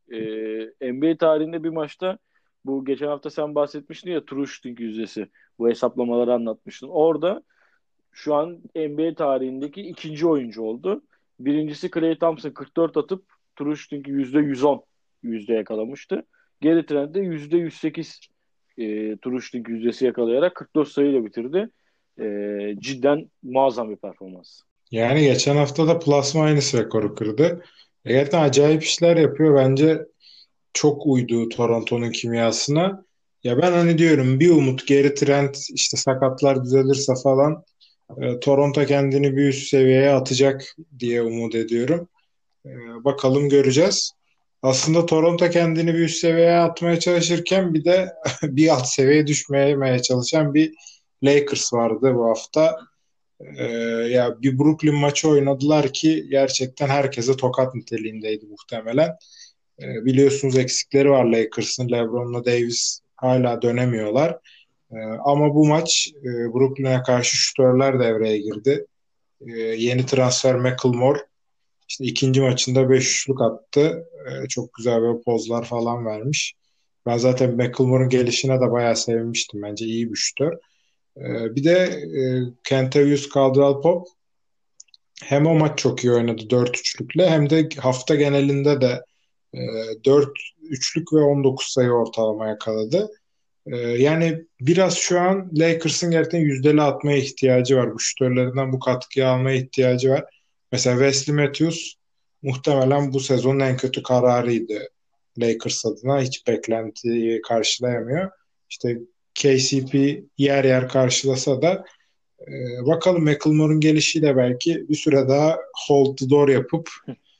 NBA tarihinde bir maçta, bu geçen hafta sen bahsetmiştin ya, true shooting yüzdesi, bu hesaplamaları anlatmıştın. Orada şu an NBA tarihindeki ikinci oyuncu oldu. Birincisi Klay Thompson 44 atıp true shooting %110 yüzde yakalamıştı. Geri Trent de %108 true shooting yüzdesi yakalayarak 44 sayıyla bitirdi. Cidden muazzam bir performans. Yani geçen hafta da plus minus rekoru kırdı. Gerçekten acayip işler yapıyor. Bence çok uydu Toronto'nun kimyasına. Ya ben hani diyorum bir umut geri Trent işte sakatlar düzelirse falan Toronto kendini bir üst seviyeye atacak diye umut ediyorum. E, Bakalım göreceğiz. Aslında Toronto kendini bir üst seviyeye atmaya çalışırken bir de bir alt seviyeye düşmeye çalışan bir Lakers vardı bu hafta. Ee, Ya bir Brooklyn maçı oynadılar ki gerçekten herkese tokat niteliğindeydi muhtemelen. Biliyorsunuz eksikleri var Lakers'ın. LeBron'la Davis hala dönemiyorlar. Ama bu maç Brooklyn'e karşı şütörler devreye girdi. Yeni transfer McLemore işte ikinci maçında 5 üçlük attı. Çok güzel böyle pozlar falan vermiş. Ben zaten McLemore'un gelişine de bayağı sevmiştim. Bence iyi bir şütör. Bir de Kentavius Caldwell-Pope hem o maç çok iyi oynadı 4 üçlükle hem de hafta genelinde de 4 üçlük ve 19 sayı ortalama yakaladı. Yani biraz şu an Lakers'ın gerçekten yüzdeli atmaya ihtiyacı var. Bu şütörlerinden bu katkıyı almaya ihtiyacı var. Mesela Wesley Matthews muhtemelen bu sezonun en kötü kararıydı Lakers adına. Hiç beklentiyi karşılayamıyor. İşte KCP yer yer karşılasa da bakalım McLemore'un gelişiyle belki bir süre daha hold the door yapıp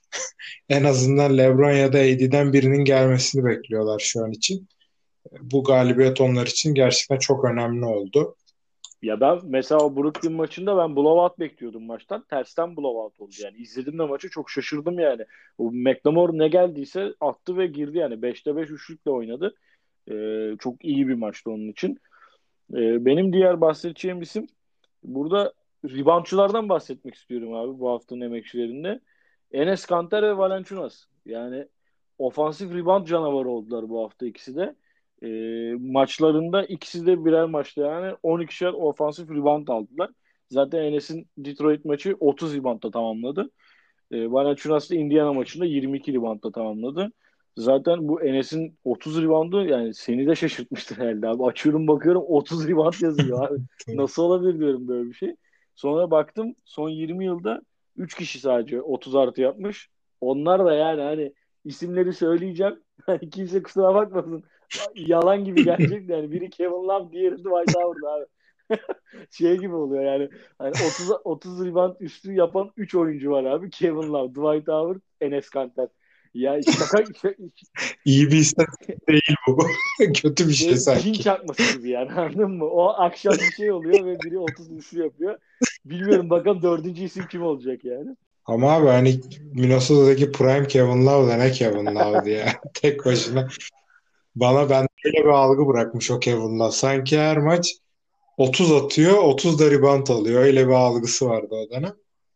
en azından LeBron ya da AD'den birinin gelmesini bekliyorlar şu an için. Bu galibiyet onlar için gerçekten çok önemli oldu. Ya ben mesela o Brooklyn maçında ben blowout bekliyordum maçtan. Tersten blowout oldu yani. İzledim de maçı çok şaşırdım yani. O McLemore ne geldiyse attı ve girdi yani. 5'te 5 üçlükle oynadı. Çok iyi bir maçtı onun için. Benim diğer bahsedeceğim isim burada reboundçılardan bahsetmek istiyorum abi bu haftanın emekçilerinde. Enes Kanter ve Valanciunas. Yani ofansif rebound canavarı oldular bu hafta ikisi de. Maçlarında ikisi de birer maçta yani 12'şer ofansif rebound aldılar. Zaten Enes'in Detroit maçı 30 reboundla tamamladı. Valanciunas da Indiana maçında 22 reboundla tamamladı. Zaten bu Enes'in 30 reboundu yani seni de şaşırtmıştır herhalde abi. Açıyorum bakıyorum 30 rebound yazıyor abi. Nasıl olabilir diyorum böyle bir şey. Sonra baktım son 20 yılda 3 kişi sadece 30 artı yapmış. Onlar da yani hani isimleri söyleyeceğim. Hani kimse kusura bakmasın. Yalan gibi gelecek de yani biri Kevin Love diğeri Dwight Howard abi. Şey gibi oluyor yani. Hani 30 rebound üstü yapan 3 oyuncu var abi. Kevin Love, Dwight Howard, Enes Kanter. Ya İyi bir istatistik değil bu. Kötü bir şey cin sanki. çakması gibi yani anladın mı? O akşam bir şey oluyor ve biri 30 üstü yapıyor. Bilmiyorum bakalım dördüncü isim kim olacak yani. Ama abi hani Minnesota'daki Prime Kevin Love da ne Kevin Love'dı ya. Tek başına. Ben öyle bir algı bırakmış o Kevin Love. Sanki her maç 30 atıyor, 30 da rebound alıyor. Öyle bir algısı vardı o dönem.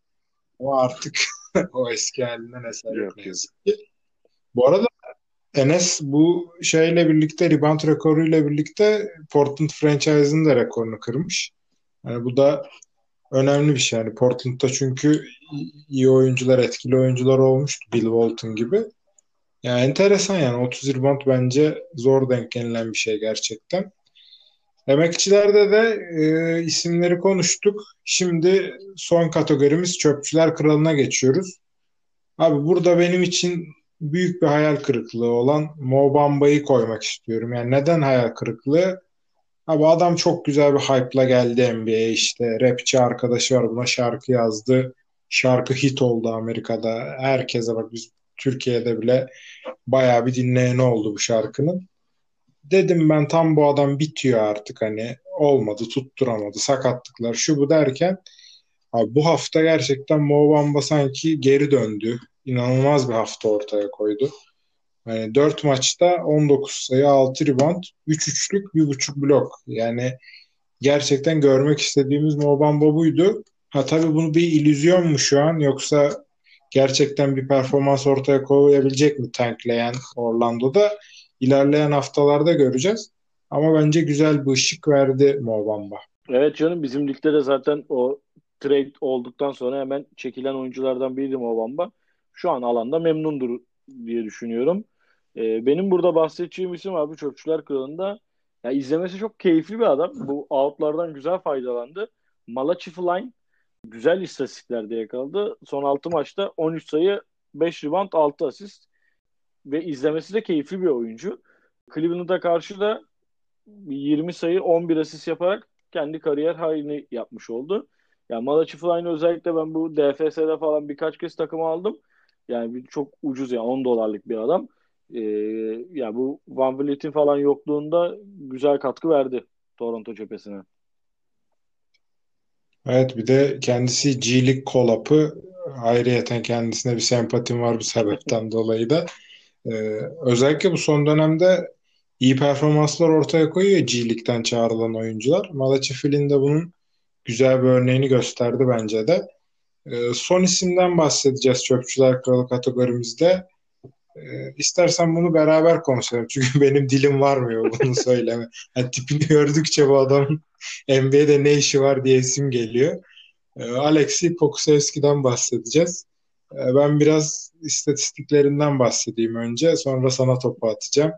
O artık o eski halinden eser yok ne Yok yok. yazık ki. Bu arada Enes bu şeyle birlikte rebound rekoruyla birlikte Portland franchise'ın da rekorunu kırmış. Yani bu da önemli bir şey. Yani Portland'da çünkü iyi oyuncular, etkili oyuncular olmuştu. Bill Walton gibi. Yani enteresan yani 30 rebound bence zor denk gelinen bir şey gerçekten. Emekçilerde de isimleri konuştuk. Şimdi son kategorimiz Çöpçüler Kralı'na geçiyoruz. Abi burada benim için büyük bir hayal kırıklığı olan Mo Bamba'yı koymak istiyorum. Yani neden hayal kırıklığı? Abi adam çok güzel bir hype'la geldi NBA'ye işte. Rapçi arkadaşı var buna şarkı yazdı. Şarkı hit oldu Amerika'da. Herkese bak biz Türkiye'de bile bayağı bir dinleyeni oldu bu şarkının. Dedim ben tam bu adam bitiyor artık hani olmadı tutturamadı sakatlıklar şu bu derken abi bu hafta gerçekten Mo Bamba sanki geri döndü. İnanılmaz bir hafta ortaya koydu. Yani 4 maçta 19 sayı 6 rebound 3 üçlük 1,5 blok. Yani gerçekten görmek istediğimiz Mo Bamba buydu. Ha tabii bunu bir illüzyon mu şu an yoksa gerçekten bir performans ortaya koyabilecek mi tankleyen Orlando'da? İlerleyen haftalarda göreceğiz. Ama bence güzel bir ışık verdi Mo Bamba. Evet canım bizim ligde de zaten o trade olduktan sonra hemen çekilen oyunculardan biriydi Mobamba. Şu an alanda memnundur diye düşünüyorum. Benim burada bahsedeceğim isim abi Çöpçüler Kralı'nda ya izlemesi çok keyifli bir adam. Bu outlardan güzel faydalandı. Malachi Flynn Güzel istatistiklerde yakaladı. Son 6 maçta 13 sayı, 5 rebound, 6 asist ve izlemesi de keyifli bir oyuncu. Cleveland'a karşı da 20 sayı, 11 asist yaparak kendi kariyer halini yapmış oldu. Yani Malachi Flynn'i özellikle ben bu DFS'de falan birkaç kez takıma aldım. Yani çok ucuz yani $10 bir adam. Yani bu Van Vliet'in falan yokluğunda güzel katkı verdi Toronto cephesine. Evet, bir de kendisi G-League call-up'ı, ayrıyeten kendisine bir sempatim var bu sebepten dolayı da. Ee, Özellikle bu son dönemde iyi performanslar ortaya koyuyor G-League'den çağrılan oyuncular. Malachi Flynn de bunun güzel bir örneğini gösterdi bence de. Son isimden bahsedeceğiz Çöpçüler Kralı kategorimizde. İstersen bunu beraber konuşalım. Çünkü benim dilim varmıyor bunu söyleme. Yani tipini gördükçe bu adamın NBA'de ne işi var diye isim geliyor. Alexei Pokusevski'den bahsedeceğiz. Ben biraz istatistiklerinden bahsedeyim önce. Sonra sana topu atacağım.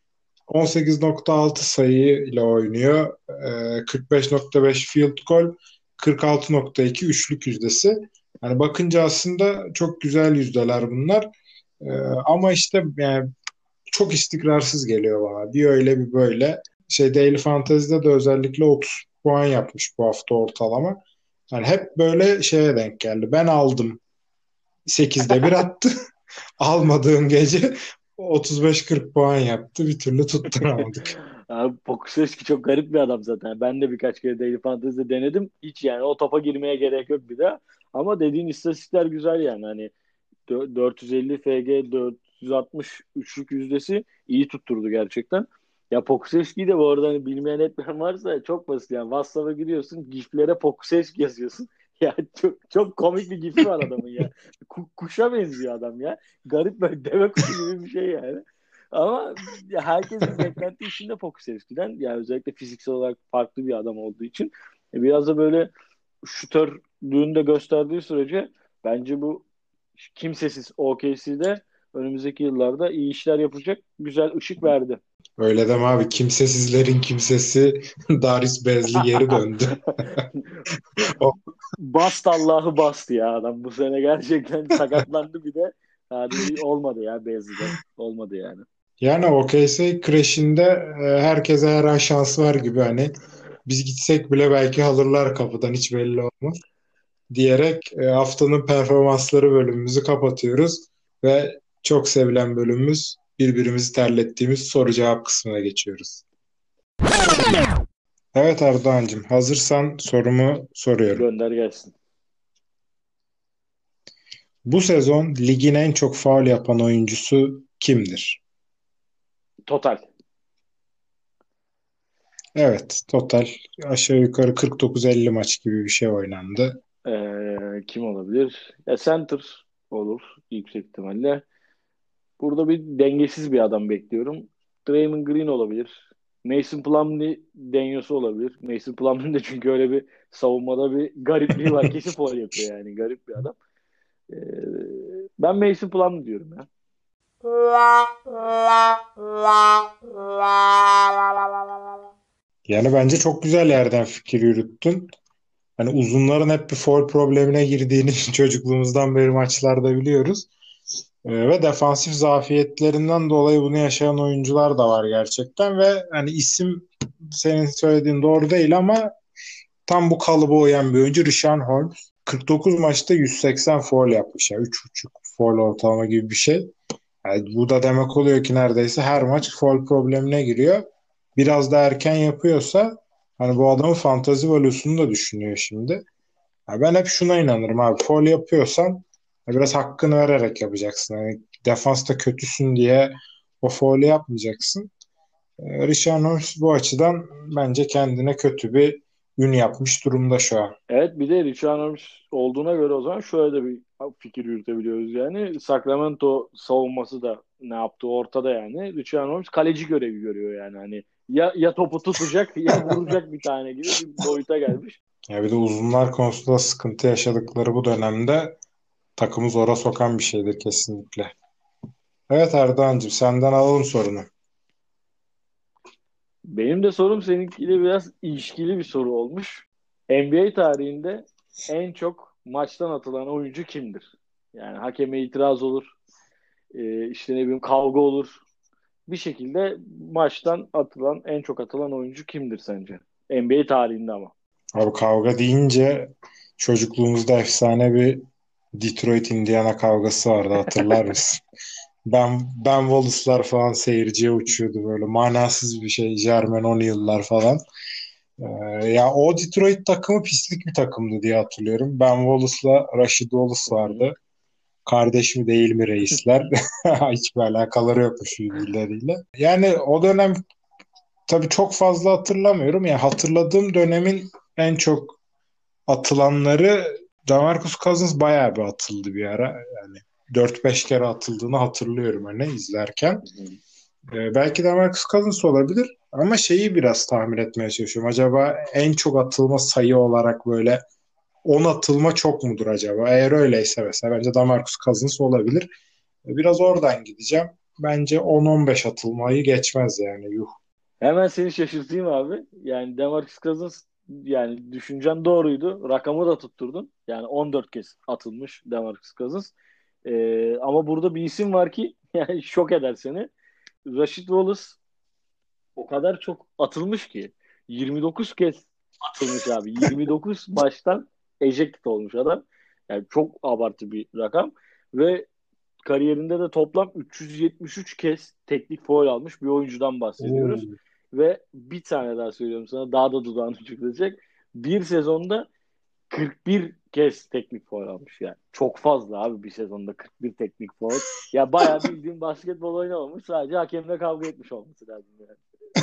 18,6 sayı ile oynuyor. 45,5 field goal, 46,2 üçlük yüzdesi. Yani bakınca aslında çok güzel yüzdeler bunlar. Ee, Ama işte yani çok istikrarsız geliyor bana. Bir öyle bir böyle. Daily Fantasy'de de özellikle 30 puan yapmış bu hafta ortalama. Yani hep böyle şeye denk geldi. Ben aldım. 8'de bir attı. Almadığım gece 35-40 puan yaptı. Bir türlü tutturamadık. Abi Pokusevski çok garip bir adam zaten. Ben de birkaç kere Daily Fantasy'de denedim. Hiç yani o topa girmeye gerek yok bir daha. Ama dediğin istatistikler güzel yani. Hani 450 FG, 460 üçlük yüzdesi iyi tutturdu gerçekten. Ya Pokusevski'yi de bu arada hani bilmeyen etmeyen varsa çok basit yani. WhatsApp'a giriyorsun, giflere Pokusevski yazıyorsun. Ya çok komik bir gifi var adamın ya. Kuşa benziyor adam ya. Garip böyle deve kuşu gibi bir şey yani. Ama ya herkes bir beklenti içinde Pokusevski'den. Yani özellikle fiziksel olarak farklı bir adam olduğu için. Biraz da böyle şutörlüğünü de gösterdiği sürece bence bu kimsesiz OKC'de önümüzdeki yıllarda iyi işler yapacak, güzel ışık verdi. Öyle deme abi. Kimsesizlerin kimsesi Darius Bezli geri döndü. O- Bast Allah'ı bastı ya adam. Bu sene gerçekten sakatlandı bir de. Sadece olmadı ya Bezli'de. Olmadı yani. Yani OKC Crash'inde herkese her an şans var gibi, hani biz gitsek bile belki alırlar kapıdan, hiç belli olmaz diyerek haftanın performansları bölümümüzü kapatıyoruz ve çok sevilen bölümümüz, birbirimizi terlettiğimiz soru cevap kısmına geçiyoruz. Evet Erdoğan'cığım, hazırsan sorumu soruyorum. Gönder gelsin. Bu sezon ligin en çok faul yapan oyuncusu kimdir? Total. Evet, total aşağı yukarı 49-50 maç gibi bir şey oynandı. Kim olabilir? Ya center olur yüksek ihtimalle. Burada bir dengesiz bir adam bekliyorum. Draymond Green olabilir. Mason Plumlee deniyorsa olabilir. Mason Plumlee'nin de çünkü öyle bir savunmada bir garipliği var. Kesin faul yapıyor yani. Garip bir adam. Ee, Ben Mason Plumlee diyorum ya. Yani bence çok güzel yerden fikir yürüttün. Hani uzunların hep bir foul problemine girdiğini çocukluğumuzdan beri maçlarda biliyoruz. Ve defansif zafiyetlerinden dolayı bunu yaşayan oyuncular da var gerçekten ve hani isim, senin söylediğin doğru değil ama tam bu kalıba uyan bir oyuncu Richaun Holmes. 49 maçta 180 foul yapmış. Yani 3,5 foul ortalama gibi bir şey. Yani bu da demek oluyor ki neredeyse her maç foul problemine giriyor. Biraz da erken yapıyorsa hani bu adamın fantazi value'sunu da düşünüyor şimdi. Ya ben hep şuna inanırım abi. Foul yapıyorsan biraz hakkını vererek yapacaksın. Yani defansta kötüsün diye o faulü yapmayacaksın. Richard Holmes bu açıdan bence kendine kötü bir ün yapmış durumda şu an. Evet bir de Richard Holmes olduğuna göre o zaman şöyle de bir fikir yürütebiliyoruz yani. Sacramento savunması da ne yaptığı ortada yani. Richard Holmes kaleci görevi görüyor yani. Hani ya topu tutacak ya vuracak bir tane gibi bir boyuta gelmiş. Ya bir de uzunlar konusunda sıkıntı yaşadıkları bu dönemde takımı zora sokan bir şeydir kesinlikle. Evet Erdoğan'cığım, senden alalım sorunu. Benim de sorum seninkiyle biraz ilişkili bir soru olmuş. NBA tarihinde en çok maçtan atılan oyuncu kimdir? Yani hakeme itiraz olur, işte ne bileyim kavga olur. Bir şekilde maçtan atılan, en çok atılan oyuncu kimdir sence? NBA tarihinde ama. Abi kavga deyince çocukluğumuzda efsane bir Detroit Indiana kavgası vardı, hatırlar mısın? Ben Wallace'lar falan seyirciye uçuyordu, böyle manasız bir şey. Jermaine O'Neal'lar falan. Ya o Detroit takımı pislik bir takımdı diye hatırlıyorum. Ben Wallace'la Rashid Wallace Hı hı. vardı. Kardeş mi değil mi reisler? Hiçbir alakaları yokmuş birbirleriyle. Yani o dönem tabii çok fazla hatırlamıyorum. Yani hatırladığım dönemin en çok atılanları, DeMarcus Cousins bayağı bir atıldı bir ara. Yani 4-5 kere atıldığını hatırlıyorum hani izlerken. Hı hı. Belki DeMarcus Cousins olabilir ama şeyi biraz tahmin etmeye çalışıyorum. Acaba en çok atılma sayı olarak böyle 10 atılma çok mudur acaba? Eğer öyleyse mesela bence DeMarcus Cousins olabilir. Biraz oradan gideceğim. Bence 10-15 atılmayı geçmez yani. Yuh. Hemen seni şaşırtayım abi. Yani DeMarcus Cousins, yani düşüncen doğruydu. Rakamı da tutturdun. Yani 14 kez atılmış DeMarcus Cousins. Ama burada bir isim var ki yani şok eder seni. Rashid Wallace o kadar çok atılmış ki. 29 kez atılmış abi. 29 maçtan ejected olmuş adam. Yani çok abartı bir rakam. Ve kariyerinde de toplam 373 kez teknik faul almış bir oyuncudan bahsediyoruz. Oo. Ve bir tane daha söylüyorum sana, daha da dudağını uçuklayacak. Bir sezonda 41 kez teknik faul almış yani. Çok fazla abi, bir sezonda 41 teknik faul. Ya bayağı bildiğin basketbol oynamamış, sadece hakemle kavga etmiş olması lazım yani.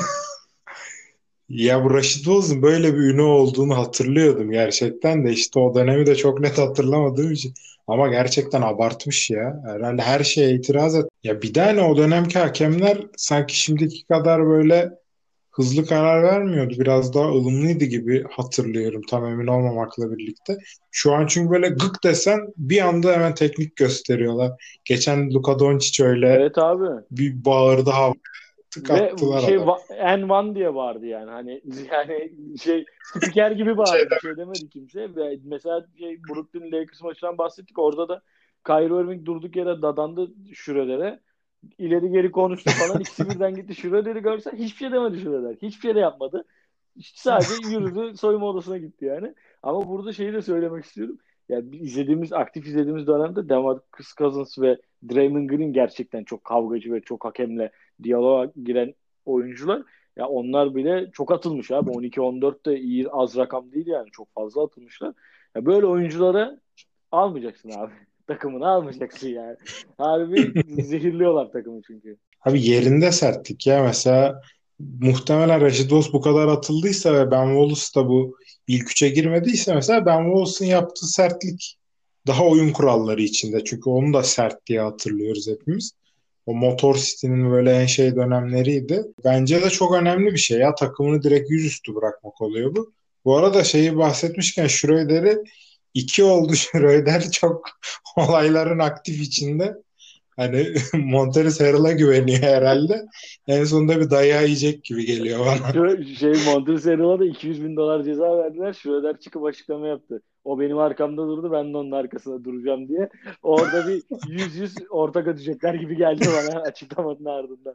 Ya bu Rashid Wallace'ın böyle bir ünü olduğunu hatırlıyordum gerçekten de, işte o dönemi de çok net hatırlamadığım için. Ama gerçekten abartmış ya. Herhalde her şeye itiraz et. Ya bir de hani o dönemki hakemler sanki şimdiki kadar böyle hızlı karar vermiyordu. Biraz daha ılımlıydı gibi hatırlıyorum, tam emin olmamakla birlikte. Şu an çünkü böyle gık desen bir anda hemen teknik gösteriyorlar. Geçen Luka Doncic öyle Evet abi. bir bağırdı, havaya tık Ve attılar şey adam. N1 diye bağırdı yani, hani yani şey spiker gibi bağırdı, bir şey demedi kimse. Ve mesela şey, Brooklyn Lakers maçından bahsettik, orada da Kyrie Irving durduk yere dadandı Schroeder'e, ileri geri konuştu falan, ikisi birden gitti Schroeder'i görsen hiçbir şey demedi Schroeder, hiçbir şey de yapmadı. İşte sadece yürüdü, soyunma odasına gitti yani. Ama burada şeyi de söylemek istiyorum. Ya aktif izlediğimiz dönemde DeMarcus Cousins ve Draymond Green gerçekten çok kavgacı ve çok hakemle diyaloğa giren oyuncular. Ya onlar bile çok atılmış abi. 12-14 de iyi, az rakam değil yani. Çok fazla atılmışlar. Ya böyle oyunculara almayacaksın abi. Takımını almayacaksın yani. Harbi zehirliyorlar takımı çünkü. Abi yerinde sertlik ya. Mesela muhtemelen Rashid Wallace bu kadar atıldıysa ve Ben Wallace da bu ilk üçe girmediyse, mesela Ben Wallace'ın yaptığı sertlik daha oyun kuralları içinde. Çünkü onu da sert diye hatırlıyoruz hepimiz. O Motor City'nin böyle en şey dönemleriydi. Bence de çok önemli bir şey ya. Takımını direkt yüzüstü bırakmak oluyor bu. Bu arada şeyi bahsetmişken, Schroeder'i 2 oldu Schroeder, çok olayların aktif içinde. Hani Montrezl Harrell'a güveniyor herhalde. En sonunda bir dayağı yiyecek gibi geliyor bana. Şu şey, Montresal'a da 200 bin dolar ceza verdiler. Schroeder çıkıp açıklama yaptı. O benim arkamda durdu, ben de onun arkasında duracağım diye. Orada bir 100-100 ortak ödeyecekler gibi geldi bana açıklamanın ardından.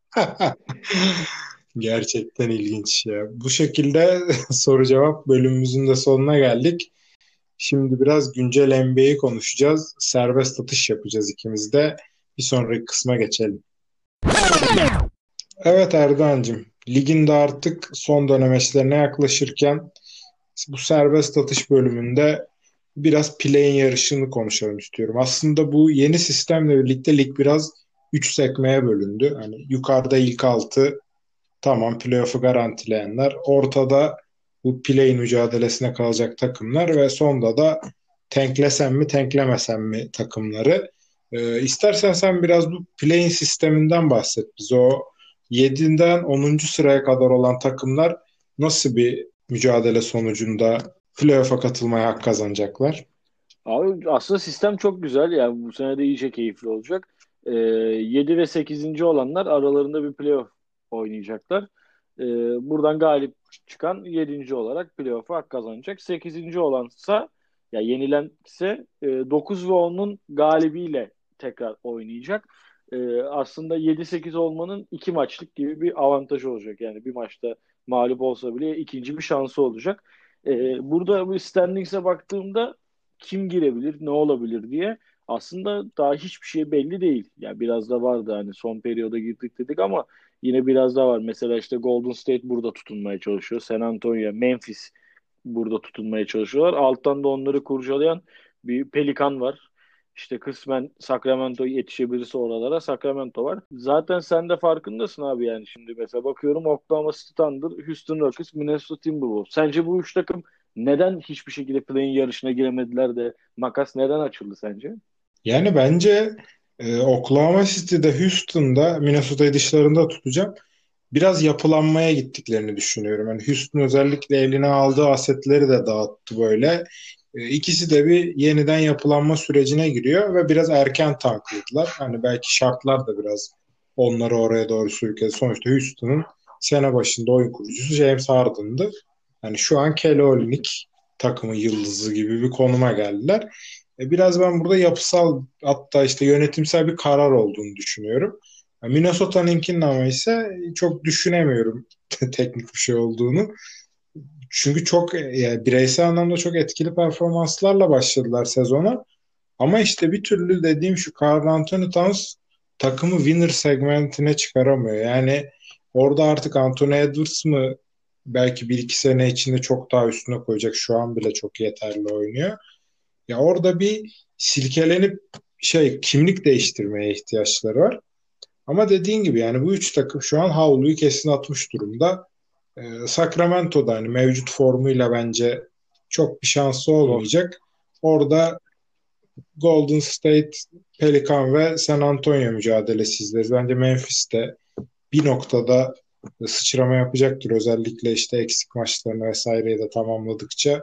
Gerçekten ilginç ya. Bu şekilde soru cevap bölümümüzün de sonuna geldik. Şimdi biraz güncel NBA'yi konuşacağız. Serbest atış yapacağız ikimiz de. Bir sonraki kısma geçelim. Evet Erdoğan'cığım, ligin de artık son dönemeçlerine yaklaşırken bu serbest atış bölümünde biraz play-in yarışını konuşalım istiyorum. Aslında bu yeni sistemle birlikte lig biraz 3 sekmeye bölündü. Hani yukarıda ilk 6, tamam, playoff'u garantileyenler. Ortada bu play-in mücadelesine kalacak takımlar ve sonda da tanklesen mi tanklemesen mi takımları. İstersen sen biraz bu play-in sisteminden bahset bize. O 7'den 10. sıraya kadar olan takımlar nasıl bir mücadele sonucunda playoff'a katılmaya hak kazanacaklar? Abi aslında sistem çok güzel. Yani bu sene de iyice keyifli olacak. 7 ve sekizinci olanlar aralarında bir playoff oynayacaklar. Buradan galip çıkan yedinci olarak playoff'a hak kazanacak. Sekizinci olansa Ya yenilen ise 9 ve 10'un galibiyle tekrar oynayacak. Aslında 7-8 olmanın 2 maçlık gibi bir avantajı olacak. Yani bir maçta mağlup olsa bile ikinci bir şansı olacak. Burada bu standings'e baktığımda kim girebilir, ne olabilir diye aslında daha hiçbir şey belli değil. Yani biraz da vardı hani son periyoda girdik dedik ama yine biraz daha var. Mesela işte Golden State burada tutunmaya çalışıyor. San Antonio, Memphis burada tutunmaya çalışıyorlar. Alttan da onları kurcalayan bir Pelikan var. İşte kısmen Sacramento yetişebilirse oralara Sacramento var. Zaten sen de farkındasın abi yani şimdi mesela bakıyorum Oklahoma City Thunder, Houston Rockets, Minnesota Timberwolves. Sence bu üç takım neden hiçbir şekilde play-in yarışına giremediler de makas neden açıldı sence? Yani bence Oklahoma City'de, Houston'da, Minnesota'yı dışlarında tutacağım. Biraz yapılanmaya gittiklerini düşünüyorum. Yani Houston özellikle eline aldığı asetleri de dağıttı böyle. İkisi de bir yeniden yapılanma sürecine giriyor ve biraz erken tankladılar. Hani belki şartlar da biraz onları oraya doğru sürükledi. Sonuçta Houston'ın sene başında oyun kurucusu James Harden'dı. Hani şu an Kelly Olynyk takımın yıldızı gibi bir konuma geldiler. Biraz ben burada yapısal hatta işte yönetimsel bir karar olduğunu düşünüyorum. Minnesota'nınkinin ama ise çok düşünemiyorum teknik bir şey olduğunu. Çünkü çok yani bireysel anlamda çok etkili performanslarla başladılar sezona. Ama işte bir türlü dediğim şu Karl Anthony Towns takımı winner segmentine çıkaramıyor. Yani orada artık Anthony Edwards mı belki bir iki sene içinde çok daha üstüne koyacak. Şu an bile çok yeterli oynuyor. Ya orada bir silkelenip kimlik değiştirmeye ihtiyaçları var. Ama dediğin gibi yani bu üç takım şu an havluyu kesin atmış durumda. Sacramento'da hani mevcut formuyla bence çok bir şansı Zor. olmayacak. Orada Golden State, Pelican ve San Antonio mücadelesi izleriz. Bence Memphis de bir noktada sıçrama yapacaktır. Özellikle işte eksik maçlarını vesaireyi de tamamladıkça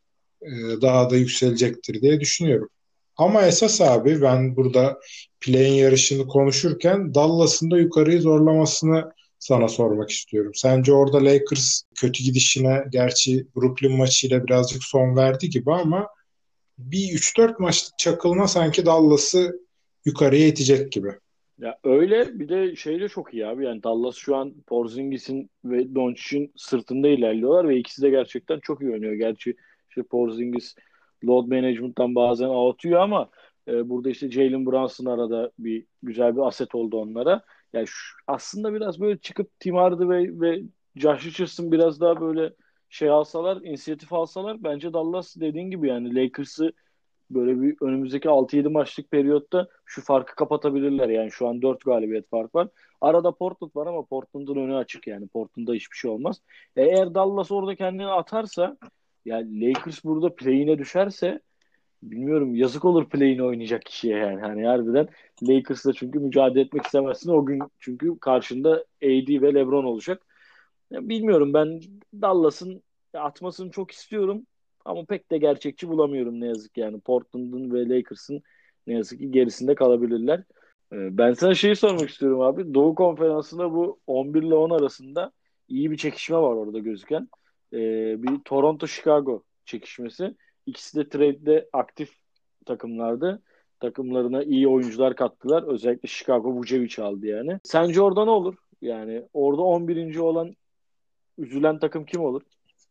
daha da yükselecektir diye düşünüyorum. Ama esas abi ben burada play-in yarışını konuşurken Dallas'ın da yukarıyı zorlamasını sana sormak istiyorum. Sence orada Lakers kötü gidişine gerçi Brooklyn maçıyla birazcık son verdi gibi ama bir 3-4 maçlık çakılma sanki Dallas'ı yukarıya itecek gibi. Ya öyle bir de şey de çok iyi abi. Yani Dallas şu an Porzingis'in ve Doncic'in sırtında ilerliyorlar ve ikisi de gerçekten çok iyi oynuyor. Gerçi işte Porzingis load management'tan bazen avutuyor ama burada işte Jalen Brunson arada bir güzel bir aset oldu onlara. Yani aslında biraz böyle çıkıp Tim Hardaway ve Josh Richardson biraz daha böyle şey alsalar, inisiyatif alsalar bence Dallas dediğin gibi yani Lakers'ı böyle bir önümüzdeki 6-7 maçlık periyotta şu farkı kapatabilirler. Yani şu an 4 galibiyet fark var. Arada Portland var ama Portland'ın önü açık yani. Portland'da hiçbir şey olmaz. Eğer Dallas orada kendini atarsa yani Lakers burada play-in'e düşerse bilmiyorum yazık olur play-in oynayacak kişiye yani. Hani harbiden Lakers'la çünkü mücadele etmek istemezsin. O gün çünkü karşında AD ve LeBron olacak. Ya bilmiyorum ben Dallas'ın atmasını çok istiyorum ama pek de gerçekçi bulamıyorum ne yazık ki yani Portland'ın ve Lakers'ın ne yazık ki gerisinde kalabilirler. Ben sana şeyi sormak istiyorum abi. Doğu Konferansı'nda bu 11 ile 10 arasında iyi bir çekişme var orada gözüken. Bir Toronto-Chicago çekişmesi. İkisi de trade'de aktif takımlardı. Takımlarına iyi oyuncular kattılar. Özellikle Chicago Vucevic aldı yani. Sence orada ne olur? Yani orada 11. olan üzülen takım kim olur?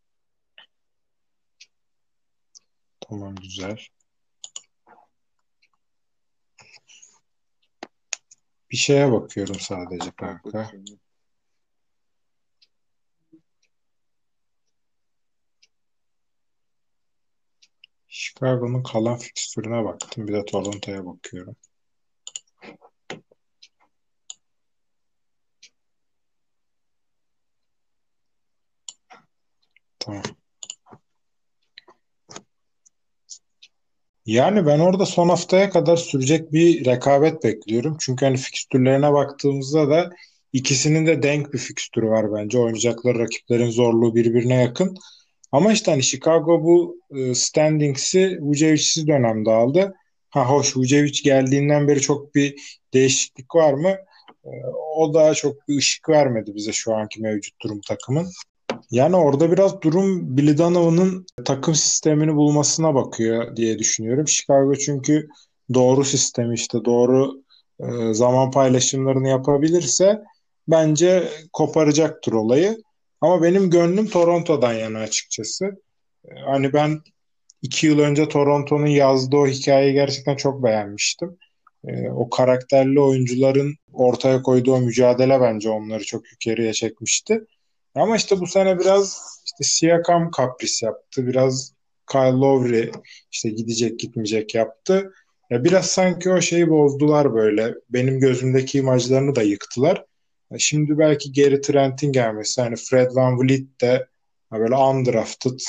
Tamam güzel. Bir şeye bakıyorum sadece Bak kanka. bakayım. Chicago'nun kalan fikstürüne baktım. Bir de Toronto'ya bakıyorum. Tamam. Yani ben orada son haftaya kadar sürecek bir rekabet bekliyorum. Çünkü hani fikstürlerine baktığımızda da ikisinin de denk bir fikstürü var bence. Oynayacakları rakiplerin zorluğu birbirine yakın. Ama işte hani Chicago bu standings'i Vucevic'siz dönemde aldı. Ha hoş Vucevic geldiğinden beri çok bir değişiklik var mı? E, O da çok bir ışık vermedi bize şu anki mevcut durum takımın. Yani orada biraz durum Billy Donovan'ın takım sistemini bulmasına bakıyor diye düşünüyorum. Chicago çünkü doğru sistemi işte doğru zaman paylaşımlarını yapabilirse bence koparacaktır olayı. Ama benim gönlüm Toronto'dan yana açıkçası. Hani ben 2 yıl önce Toronto'nun yazdığı o hikayeyi gerçekten çok beğenmiştim. O karakterli oyuncuların ortaya koyduğu o mücadele bence onları çok yukarıya çekmişti. Ama işte bu sene biraz işte Siakam kapris yaptı. Biraz Kyle Lowry işte gidecek gitmeyecek yaptı. Ya biraz sanki o şeyi bozdular böyle. Benim gözümdeki imajlarını da yıktılar. Şimdi belki geri Trent'in gelmesi. Hani Fred VanVleet de böyle undrafted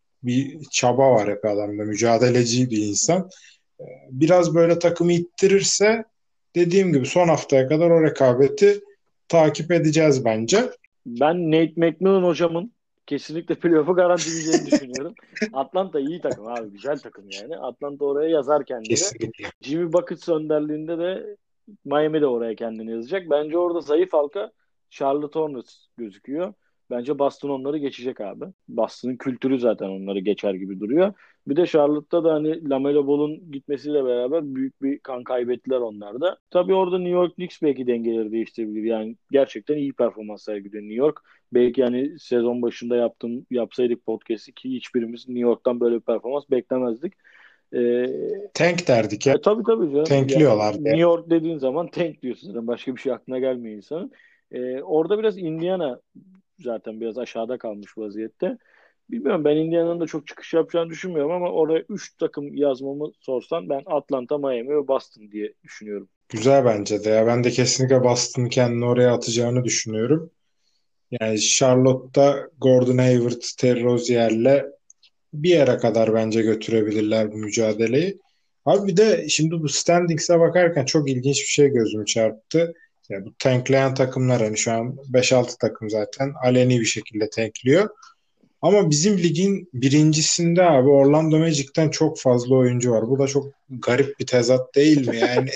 bir çaba var hep adamda. Mücadeleci bir insan. Biraz böyle takımı ittirirse dediğim gibi son haftaya kadar o rekabeti takip edeceğiz bence. Ben Nate McMillan hocamın kesinlikle playoff'u garantileyeceğini düşünüyorum. Atlanta iyi takım abi. Güzel takım yani. Atlanta oraya yazar kendini. Kesinlikle. Jimmy Buckets önderliğinde de Miami de oraya kendini yazacak. Bence orada zayıf halka Charlotte Hornets gözüküyor. Bence Boston onları geçecek abi. Boston'ın kültürü zaten onları geçer gibi duruyor. Bir de Charlotte'da da hani Lamelo Ball'un gitmesiyle beraber büyük bir kan kaybettiler onlar da. Tabii orada New York Knicks belki dengeleri değiştirebilir. Yani gerçekten iyi performans sergiliyor New York. Belki yani sezon başında yapsaydık podcast'i ki hiçbirimiz New York'tan böyle bir performans beklemezdik. Ee, Tank derdik ya. tabii tabii canım. Yani Tankliyorlar diye. New York dediğin zaman tank diyorsun zaten. Başka bir şey aklına gelmiyor insanın. Orada biraz Indiana zaten biraz aşağıda kalmış vaziyette. Bilmiyorum, ben Indiana'nın da çok çıkış yapacağını düşünmüyorum ama oraya 3 takım yazmamı sorsan ben Atlanta, Miami ve Boston diye düşünüyorum. Güzel bence de ya. Ben de kesinlikle Boston'ı kendini oraya atacağını düşünüyorum. Yani Charlotte'da Gordon Hayward, Terry Rozier'le bir yere kadar bence götürebilirler bu mücadeleyi. Abi bir de şimdi bu standings'e bakarken çok ilginç bir şey gözümü çarptı. Ya bu tankleyen takımlar hani şu an 5-6 takım zaten aleni bir şekilde tankliyor. Ama bizim ligin birincisinde abi Orlando Magic'ten çok fazla oyuncu var. Bu da çok garip bir tezat değil mi? Yani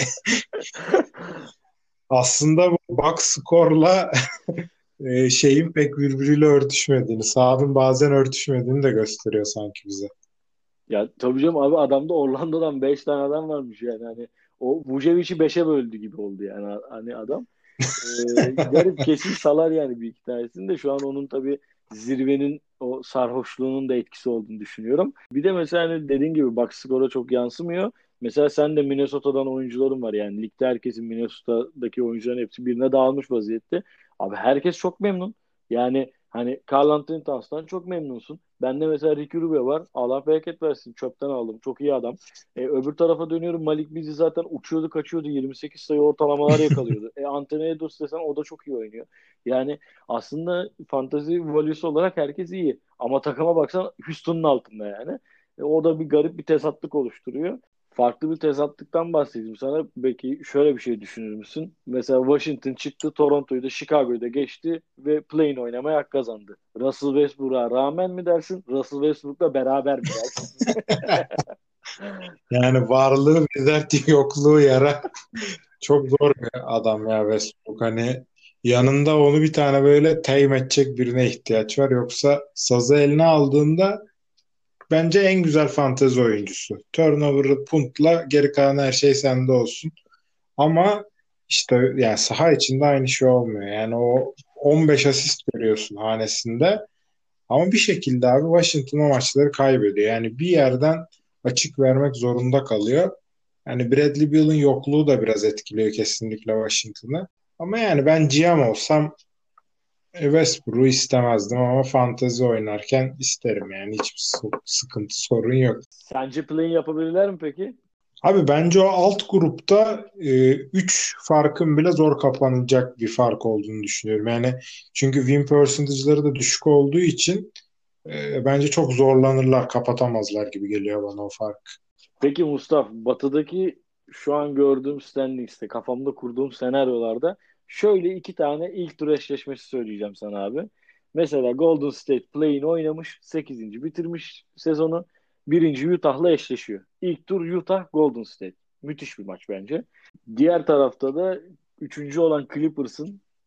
aslında bu box skorla şeyin pek birbiriyle örtüşmediğini, sahanın bazen örtüşmediğini de gösteriyor sanki bize. Ya tabii canım abi, adamda Orlando'dan 5 tane adam varmış yani, hani o Vucevic'i 5'e böldü gibi oldu yani hani adam. Garip, kesin salar yani bir iki tanesini de, şu an onun tabii zirvenin o sarhoşluğunun da etkisi olduğunu düşünüyorum. Bir de mesela hani dediğin gibi box score'a çok yansımıyor. Mesela sen de Minnesota'dan oyuncuların var yani, ligde herkesin, Minnesota'daki oyuncuların hepsi birine dağılmış vaziyette. Abi herkes çok memnun. Yani hani Karl Anthony Towns'tan çok memnunsun. Bende mesela Ricky Rubio var. Allah bereket versin. Çöpten aldım. Çok iyi adam. Öbür tarafa dönüyorum. Malik Beasley zaten uçuyordu kaçıyordu. 28 sayı ortalamalar yakalıyordu. Anthony Edwards desen o da çok iyi oynuyor. Yani aslında fantasy value'su olarak herkes iyi. Ama takıma baksan Houston'un altında yani. O da bir garip bir tezatlık oluşturuyor. Farklı bir tezatlıktan bahsedeyim sana. Belki şöyle bir şey düşünür müsün? Mesela Washington çıktı, Toronto'yu da Chicago'yu da geçti ve play-in oynamaya hak kazandı. Russell Westbrook'a rağmen mi dersin? Russell Westbrook'la beraber mi dersin? Yani varlığı bir dert yokluğu yara. Çok zor bir adam ya Westbrook. Hani yanında onu bir tane böyle teyit edecek birine ihtiyaç var. Yoksa sazı eline aldığında bence en güzel fantezi oyuncusu. Turnover'ı puntla geri kalan her şey sende olsun. Ama işte yani saha içinde aynı şey olmuyor. Yani o 15 asist görüyorsun hanesinde. Ama bir şekilde abi Washington o maçları kaybediyor. Yani bir yerden açık vermek zorunda kalıyor. Yani Bradley Beal'ın yokluğu da biraz etkiliyor kesinlikle Washington'ı. Ama yani ben GM olsam Westbrook'u istemezdim ama fantezi oynarken isterim yani hiçbir sıkıntı sorun yok. Sence play-in yapabilirler mi peki? Abi bence o alt grupta 3 farkın bile zor kapanacak bir fark olduğunu düşünüyorum. Yani çünkü win percentage'ları da düşük olduğu için bence çok zorlanırlar, kapatamazlar gibi geliyor bana o fark. Peki Mustafa, Batı'daki şu an gördüğüm standings'te, kafamda kurduğum senaryolarda şöyle iki tane ilk tur eşleşmesi söyleyeceğim sana abi. Mesela Golden State play-in oynamış, 8. bitirmiş sezonu. Birinci Utah'la eşleşiyor. İlk tur Utah Golden State. Müthiş bir maç bence. Diğer tarafta da üçüncü olan Clippers'ın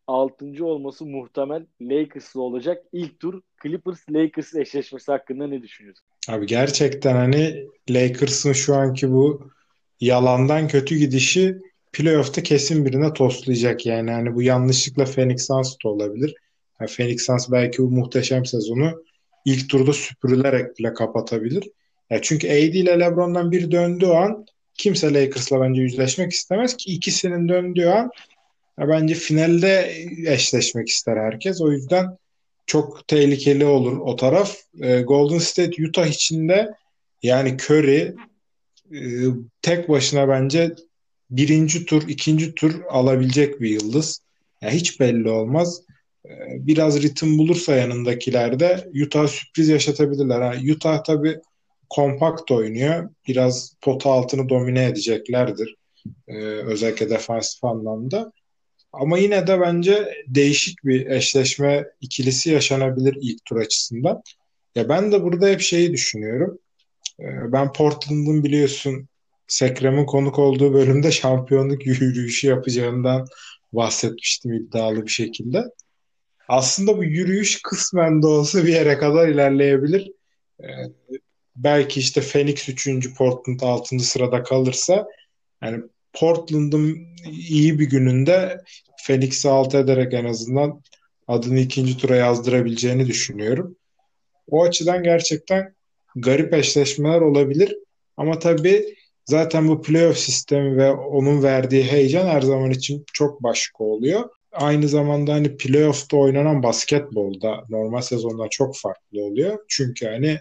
altıncı olması muhtemel Lakers'lı olacak ilk tur Clippers-Lakers eşleşmesi hakkında ne düşünüyorsun? Abi gerçekten hani Lakers'ın şu anki bu yalandan kötü gidişi playoff'ta kesin birine toslayacak yani. Hani bu yanlışlıkla Phoenix Suns da olabilir. Yani Phoenix Suns belki bu muhteşem sezonu ilk turda süpürülerek bile kapatabilir. Ya çünkü AD ile LeBron'dan bir döndüğü an kimse Lakers'la bence yüzleşmek istemez ki ikisinin döndüğü an ya bence finalde eşleşmek ister herkes. O yüzden çok tehlikeli olur o taraf. Golden State Utah içinde yani Curry e, tek başına bence birinci tur, ikinci tur alabilecek bir yıldız. Ya hiç belli olmaz. Biraz ritim bulursa yanındakilerde Utah sürpriz yaşatabilirler. Ha, Utah tabii kompakt oynuyor. Biraz pota altını domine edeceklerdir. Özellikle defansif anlamda. Ama yine de bence değişik bir eşleşme ikilisi yaşanabilir ilk tur açısından. Ya ben de burada hep şeyi düşünüyorum. Ben Portland'ın biliyorsun Sekrem'in konuk olduğu bölümde şampiyonluk yürüyüşü yapacağından bahsetmiştim iddialı bir şekilde. Aslında bu yürüyüş kısmen de olsa bir yere kadar ilerleyebilir. Ee, Belki işte Phoenix üçüncü, Portland altıncı sırada kalırsa yani Portland'ın iyi bir gününde Phoenix'i alt ederek en azından adını ikinci tura yazdırabileceğini düşünüyorum. O açıdan gerçekten garip eşleşmeler olabilir. Ama tabii zaten bu playoff sistemi ve onun verdiği heyecan her zaman için çok başka oluyor. Aynı zamanda hani playoff'ta oynanan basketbolda normal sezondan çok farklı oluyor. Çünkü hani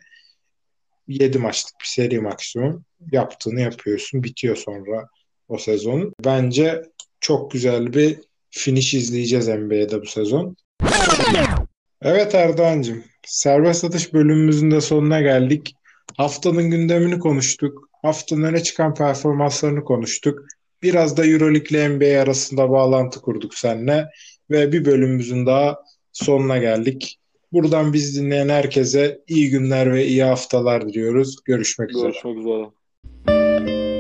7 maçlık bir seri maksimum yaptığını yapıyorsun. Bitiyor sonra o sezon. Bence çok güzel bir finish izleyeceğiz NBA'de bu sezon. Evet Erdoğan'cığım, serbest atış bölümümüzün de sonuna geldik. Haftanın gündemini konuştuk. Haftanın öne çıkan performanslarını konuştuk. Biraz da Euroleague ile NBA arasında bağlantı kurduk seninle. Ve bir bölümümüzün daha sonuna geldik. Buradan biz dinleyen herkese iyi günler ve iyi haftalar diliyoruz. Görüşmek üzere. Görüşmek üzere.